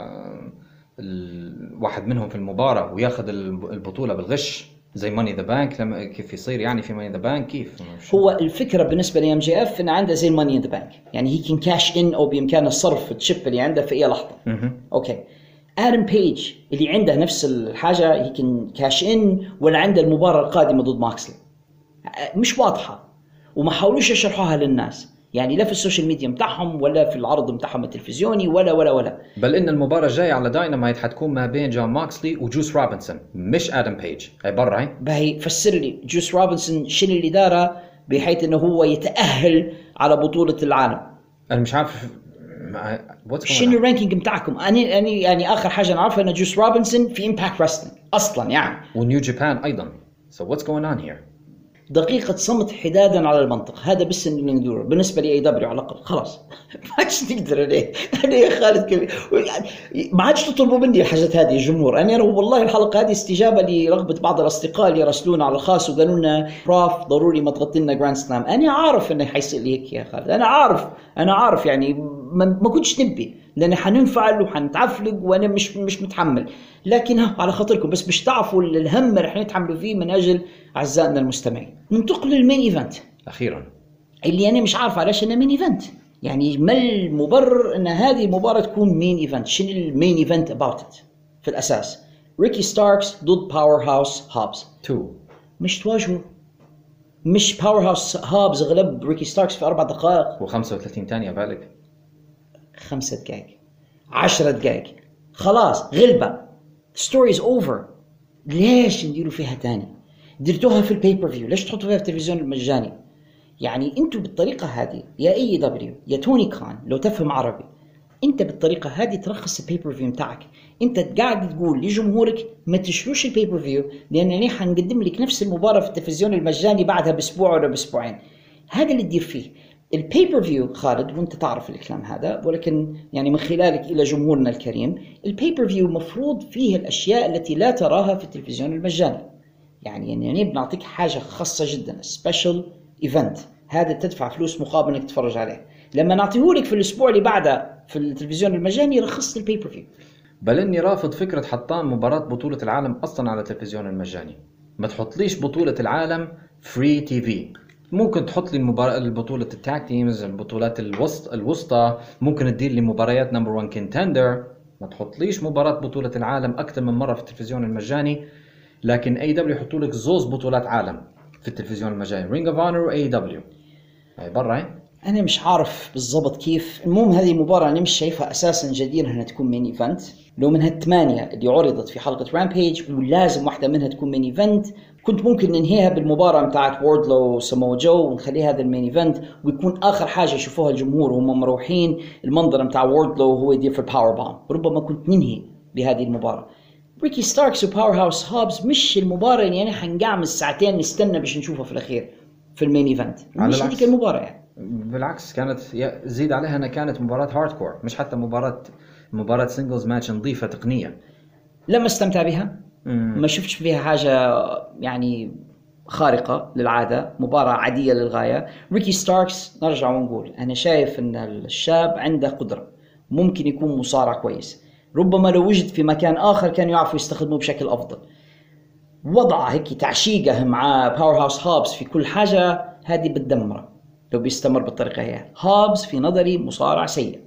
واحد منهم في المباراة وياخذ البطولة بالغش زي ماني ذا بانك. لما كيف يصير يعني في ماني ذا بانك؟ كيف هو الفكرة بالنسبة لي ام جي اف ان عنده زي ماني ذا بانك، يعني هي كان كاش ان او بامكانه الصرف التشيب اللي عنده في اي لحظة. اوكي آدم بيج اللي عنده نفس الحاجة هي كان كاش ان ولا عنده المباراة القادمة ضد ماكسلي؟ مش واضحة وما حاولوش يشرحوها للناس، يعني لا في السوشيال ميديا متاعهم ولا في العرض متاعهم التلفزيوني ولا ولا ولا بل ان المباراة الجاية على داينامايت حتكون ما بين جون ماكسلي وجوس روبنسون مش آدم بيج. هاي برا هاي باهي فسر لي جوس روبنسون شنو اللي داره بحيث انه هو يتأهل على بطولة العالم. انا مش عارف شنو الرانكينج متاعكم. انا يعني يعني اخر حاجة نعرفها ان جوس روبنسون في امباكت رسلينج اصلا يعني، ونيو جابان ايضا. so what's going on here؟ دقيقة صمت حدادا على المنطق، هذا بس اللي ندوره بالنسبة لي اي دبليو على الأقل. خلاص ما عادش نقدر عليه. أنا يا خالد كبير ما عادش تطلبوا مني الحاجات هذه الجمهور. أنا والله الحلقة هذه استجابة لرغبة بعض الأصدقاء اللي رسلونا على الخاص وقالوا لنا بروف ضروري ما تغطي لنا جراند سلام. أنا عارف إنه حيصير لي هيك يا خالد، أنا عارف أنا عارف يعني ما, ما كنتش نبي لأن حننفعل وحنتعفلق وأنا مش مش متحمل، لكن ها على خاطركم بس مش تعرفوا الهم اللي رح نتحملوا فيه من أجل أعزائنا المستمعين. ننتقل للمين إيفنت أخيرا اللي أنا مش عارف علاش أنا مين إيفنت. يعني ما المبرر أن هذه المباراة تكون مين إيفنت؟ شنو المين إيفنت about it في الأساس؟ ريكي ستاركس ضد باور هاوس هابز تو. مش تواجهوا، مش باور هاوس هابز غلب ريكي ستاركس في أربع دقائق وخمسة وثلاثين ثانية بالك، خمسة دقائق عشرة دقائق خلاص غلبة ستوريز أوفر. ليش نديروا فيها تاني؟ درتوها في البيبر فيو، ليش تحطوا فيها في التلفزيون المجاني؟ يعني انتوا بالطريقة هذه يا اي دبليو يا توني كان لو تفهم عربي، انت بالطريقة هذه ترخص البيبر فيو متاعك. انت قاعد تقول لجمهورك ما تشروش البيبر فيو لانني حنقدم لك نفس المباراة في التلفزيون المجاني بعدها باسبوع ولا باسبوعين. هذا اللي تدير فيه البيبر فيو خالد، وانت تعرف الكلام هذا، ولكن يعني من خلالك الى جمهورنا الكريم، البيبر فيو مفروض فيه الاشياء التي لا تراها في التلفزيون المجاني. يعني يعني بنعطيك حاجة خاصة جدا سبيشال ايفنت، هذا تدفع فلوس مقابل انك تتفرج عليه. لما نعطيهولك في الاسبوع اللي بعده في التلفزيون المجاني رخصت البيبر فيو. بل اني رافض فكرة حطان مباراة بطولة العالم اصلا على التلفزيون المجاني. ما تحطليش بطولة العالم فري تي في. ممكن تحط لي المباراة البطولة التاك تيمز، البطولات الوسط الوسطى، ممكن تدير لي مباريات نمبر وان كنتندر. ما تحطليش مباراة بطولة العالم اكثر من مرة في التلفزيون المجاني. لكن اي دبليو يحطوا لك زوز بطولات عالم في التلفزيون المجاني، رينج اوف اونر واي دبليو. هاي برا. انا مش عارف بالضبط كيف. المهم هذه المباراة انا مش شايفها اساسا جديرة انها تكون مين ايفنت. لو من هالثمانية اللي عرضت في حلقة رامبيج ولازم واحدة منها تكون مين ايفنت، كنت ممكن ننهيها بالمباراة متاعت ووردلو وسامو جو ونخلي هذا المين ايفنت ويكون اخر حاجة يشوفوها الجمهور وهم مروحين المنظر متاع ووردلو وهو يدير في الباور بام. ربما كنت ننهي بهذه المباراة. ريكي ستاركس وباور هاوس هابز مش المباراة اللي يعني حنقعمل ساعتين نستنى باش نشوفها في الأخير في المين ايفنت. مش هذيك المباراة يعني. بالعكس كانت زيد عليها أنها كانت مباراة هاردكور، مش حتى مباراة مباراة سينجلز ماتش نظيفة تقنية. لما استمتع بها مم. ما شفتش فيها حاجة يعني خارقة للعادة، مباراة عادية للغاية. ريكي ستاركس نرجع ونقول أنا شايف أن الشاب عنده قدرة، ممكن يكون مصارع كويس، ربما لو وجد في مكان آخر كانوا يعرفوا يستخدموه بشكل أفضل. وضع هيك تعشيقه مع باور هاوس هابس في كل حاجة هذه بتدمره. لو بيستمر بالطريقة هي. هابز في نظري مصارع سيء،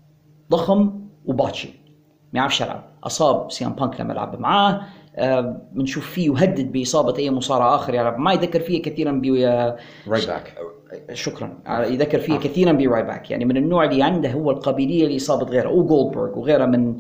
ضخم وباتشي، ما يعرفش يلعب. أصاب سي ام بانك لما لعب معاه، بنشوف آه فيه يهدد بإصابة أي مصارع آخر يلعب معاه. يذكر فيه كثيرا ب راي باك. شكرا. يذكر فيه آه. كثيرا براي باك، يعني من النوع اللي عنده هو القابلية لإصابة غيره، أو جولدبرغ وغيره من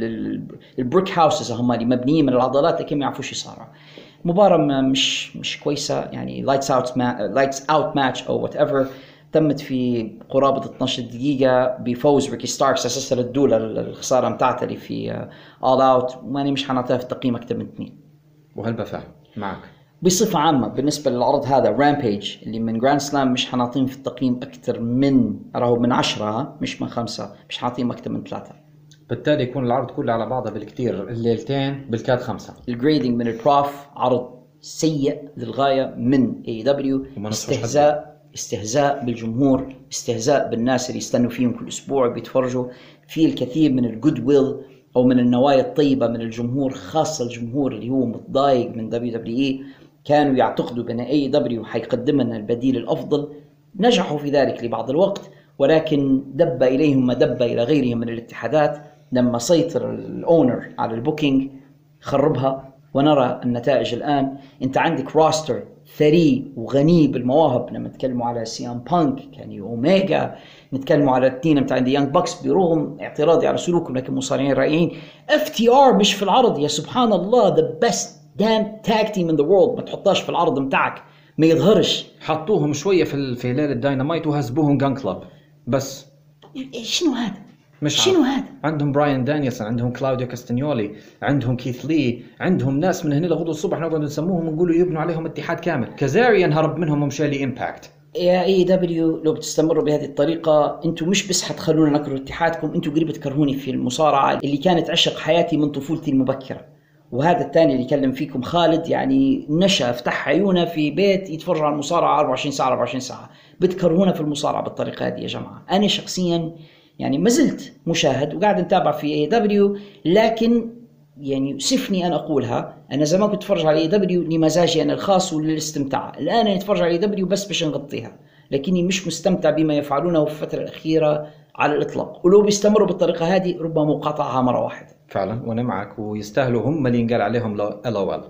البريك هاوسز هم اللي مبنيين من العضلات لكن ما يعرفوش يصارعوا. مباراة مش مش كويسة، يعني لايتس اوت لايتس اوت ماتش او وات ايفر، تمت في قرابة اثنتي عشرة دقيقة بفوز ريكي ستاركس أساسا الدولة الخسارة متاعته اللي في اول اوت، وأنا مش حنعطيها في التقييم أكثر من اثنين. وهل بفهم معك بصفة عامة بالنسبة للعرض هذا رامبيج اللي من جراند سلام مش حنعطيهم في التقييم أكثر من راهو من عشرة مش من خمسة، مش حنعطيهم أكثر من ثلاثة. بالتالي يكون العرض كله على بعضه بالكثير الليلتين بالكاد خمسة. الجريدنج من البروف عرض سيء للغاية من اي دبليو، استهزاء استهزاء بالجمهور، استهزاء بالناس اللي يستنوا فيهم كل أسبوع بيتفرجوا. في الكثير من الجود ويل أو من النوايا الطيبة من الجمهور، خاصة الجمهور اللي هو متضايق من دبليو دبليو إي، كانوا يعتقدوا بأن اي دبليو حيقدم لنا البديل الأفضل. نجحوا في ذلك لبعض الوقت، ولكن دب إليهم ما دب إلى غيرهم من الاتحادات لما سيطر الأونر على البوكينج خربها. ونرى النتائج الآن. أنت عندك راستر ثري وغني بالمواهب، لما نتكلموا على سي ام بانك، كاني أوميجا، نتكلموا على التين بتاع عندي يانج باكس برغم اعتراضي على سلوكهم لكن مصارعين رائعين. اف تي ار مش في العرض، يا سبحان الله، the best damn tag team in the world، ما تحطاش في العرض متاعك، ما يظهرش. حطوهم شوية في في ليلة الداينامايت وهزبوهم جان كلاب بس. شنو هذا؟ مش شنو هذا؟ عندهم براين دانيلسون، عندهم كلاوديو كاستانيولي، عندهم كيث لي، عندهم ناس من هنا لغدو الصبح نقعد نسموهم ونقولوا يبنوا عليهم اتحاد كامل. كازاريان هرب منهم ومشى لي امباكت. يا اي دبليو لو بتستمروا بهذه الطريقة انتم مش بس حتخلونا نكره اتحادكم، انتم قريب تكرهوني في المصارعة اللي كانت عشق حياتي من طفولتي المبكرة. وهذا الثاني اللي يكلم فيكم خالد، يعني نشأ فتح عيونه في بيت يتفرج على المصارعة أربعة وعشرين ساعة أربعة وعشرين ساعة. بتكرهونا في المصارعة بالطريقة هذه يا جماعة. أنا شخصيا يعني ما زلت مشاهد وقاعد نتابع في اي دبليو، لكن يعني يؤسفني أن أقولها، أنا زمان كنت أتفرج على اي دبليو لمزاجي أنا الخاص وللاستمتاع. الآن أنا أتفرج على اي دبليو بس باش نغطيها، لكني مش مستمتع بما يفعلونه في الفترة الأخيرة على الإطلاق. ولو بيستمروا بالطريقة هذه ربما مقاطعها مرة واحدة. فعلا وأنا معك، ويستاهلوا هم اللي ينقال عليهم ال أو إل.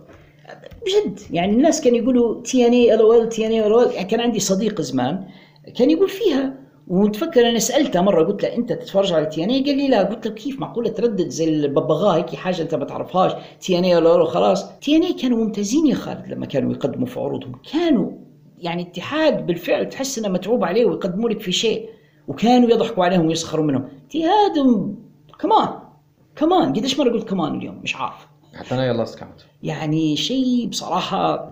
بجد يعني الناس كانوا يقولوا تي ان اي ال او ال تي ان اي ال او ال. يعني كان عندي صديق زمان كان يقول فيها، وتفكر أنا سألته مرة قلت له أنت تتفرج على تي ان اي؟ قال لي لا. قلت له كيف معقولة تردد زي الببغاء هيك حاجة أنت ما تعرفهاش؟ تي ان اي ولا خلاص. تي ان اي كانوا ممتازين يا خالد لما كانوا يقدموا في عروضهم، كانوا يعني اتحاد بالفعل تحس انه متعوب عليه ويقدموا لك في شيء، وكانوا يضحكوا عليهم ويسخروا منهم. اتحاد كمان كمان قديش مرة قلت كمان اليوم مش عارف، حتى أنا يلا سكاونت. يعني شيء بصراحة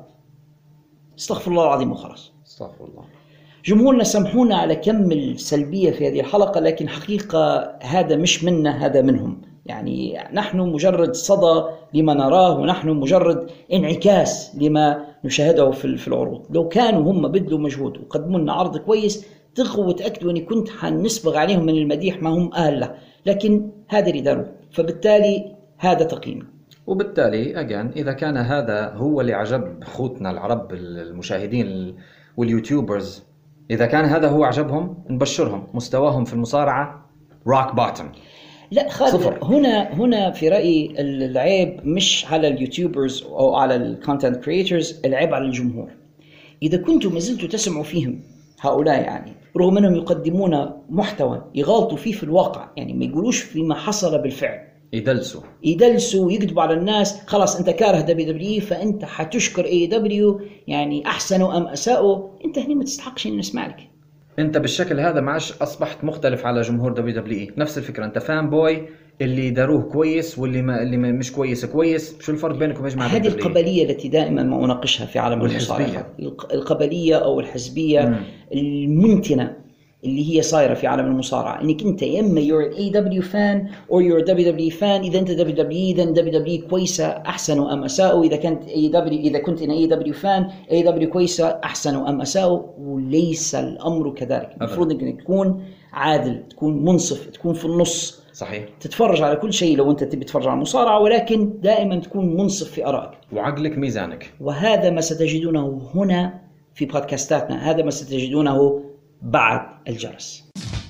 استغفر الله العظيم وخلاص. استغفر الله. جمهورنا سامحونا على كم السلبية في هذه الحلقة، لكن حقيقة هذا مش منا، هذا منهم. يعني نحن مجرد صدى لما نراه، ونحن مجرد انعكاس لما نشاهده في العروض. لو كانوا هم بدلوا مجهود وقدموا لنا عرض كويس تغوا وتأكدوا أني كنت حنسبغ عليهم من المديح ما هم أهل له، لكن هذا اللي داروا، فبالتالي هذا تقييم. وبالتالي أجان إذا كان هذا هو اللي عجب خوتنا العرب المشاهدين واليوتيوبرز، إذا كان هذا هو عجبهم نبشرهم مستواهم في المصارعة روك باتم. لا خالد، هنا هنا في رأيي العيب مش على اليوتيوبرز أو على الكونتنت كرييترز، العيب على الجمهور. إذا كنتم ما زلتوا تسمعوا فيهم هؤلاء، يعني رغم أنهم يقدمون محتوى يغالطوا فيه في الواقع، يعني ما يقولوش فيما حصل بالفعل، يدلسوا يدلسوا ويكذبوا على الناس. خلاص أنت كاره دبليو دبليو فأنت حتشكر اي دبليو، يعني أحسنوا أم أساءوا، أنت هنا ما تستحقش إن نسمع لك. أنت بالشكل هذا ما عادش أصبحت مختلف على جمهور دبليو دبليو إي. نفس الفكرة، أنت فان بوي اللي داروه كويس واللي ما اللي ما مش كويس كويس. شو الفرق بينكم يا جماعة؟ هذه القبلية التي دائما ما أناقشها في عالم المصارعة، القبلية أو الحزبية مم. المنتنة اللي هي صايرة في عالم المصارعة، إنك أنت يا إما you're an إيه دبليو fan or you're a دبليو دبليو fan. إذا أنت دبليو دبليو then دبليو دبليو كويسة أحسنوا أم أساءوا. إذا كنت إيه دبليو إذا كنت إن إيه دبليو fan إيه دبليو كويسة أحسنوا أم أساءوا. وليس الأمر كذلك. المفروض إنك تكون عادل، تكون منصف، تكون في النص. صحيح. تتفرج على كل شيء لو أنت تبي تتفرج على المصارعة، ولكن دائما تكون منصف في آرائك وعقلك ميزانك. وهذا ما ستجدونه هنا في بودكاستاتنا، هذا ما ستجدونه بعد الجرس.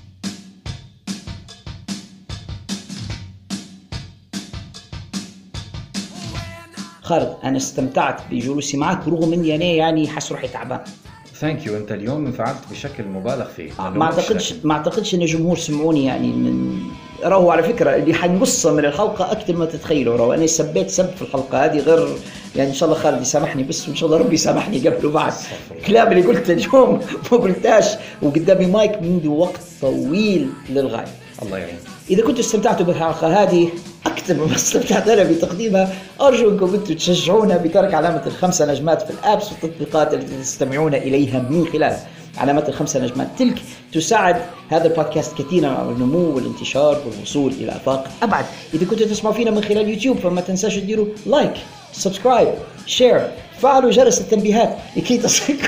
خالد أنا استمتعت بجلوسي معك رغم إني أنا يعني حس روحي تعبان. ثانك يو. انت اليوم انفعلت بشكل مبالغ فيه. ما اعتقدش ما اعتقدش ان الجمهور سمعوني يعني من راهو على فكره اللي حنقصه من الحلقه اكثر ما تتخيلوا. راهو انا سبيت سب في الحلقه هذه غير يعني ان شاء الله خالد يسامحني بس وان شاء الله ربي يسامحني قبل وبعد. الكلام اللي قلته اليوم ما قلتاش وقدامي مايك منذ وقت طويل للغايه. الله يعين. اذا كنتوا استمتعتوا بالحلقه هذه اكثر ما استمتعت انا بتقديمها ارجو انكم انتم تشجعونا بترك علامه الخمسه نجمات في الابس والتطبيقات التي تستمعون اليها من خلال علامات الخمسه نجمات. تلك تساعد هذا البودكاست كثيرا على النمو والانتشار والوصول الى افاق ابعد. اذا كنتوا تسمعوا فينا من خلال يوتيوب فما تنساش تديروا لايك سبسكرايب شير فعلوا جرس التنبيهات لكي تصلكم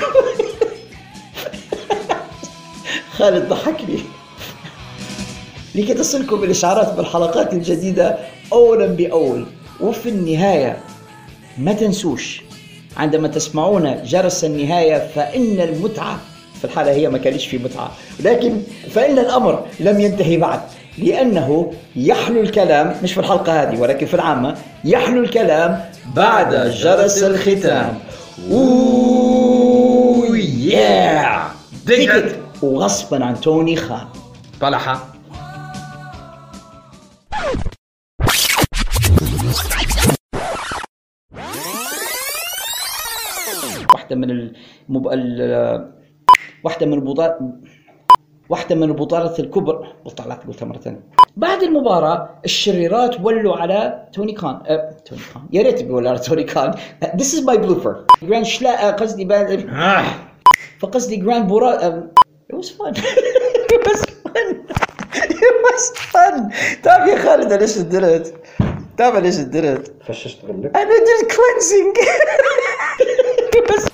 خالد ضحكني لكي تصلكم الإشعارات بالحلقات الجديدة أولا بأول. وفي النهاية ما تنسوش عندما تسمعون جرس النهاية فإن المتعة في الحالة هي ما كانش في متعة لكن فإن الأمر لم ينتهي بعد لأنه يحلو الكلام مش في الحلقة هذه ولكن في العامة يحلو الكلام بعد جرس الختام. اوه ياه ديكت وغصبا عن توني خان طلحة. واحدة من المب... ال... واحدة من البطولات واحدة من البطولات الكبرى بطولات قلتها مرة ثانية. بعد المباراة الشريرات ولوا على توني خان أه... توني خان يا ريت بيولوا على توني خان. This is my blooper. جراند شلا قصدي بعد فقصدي جراند بورا أم... It was fun. It was fun. It was fun. طيب يا خالد أنا ليش درت؟ طيب ليش درت؟ فششت غلك. أنا درت cleansing. It was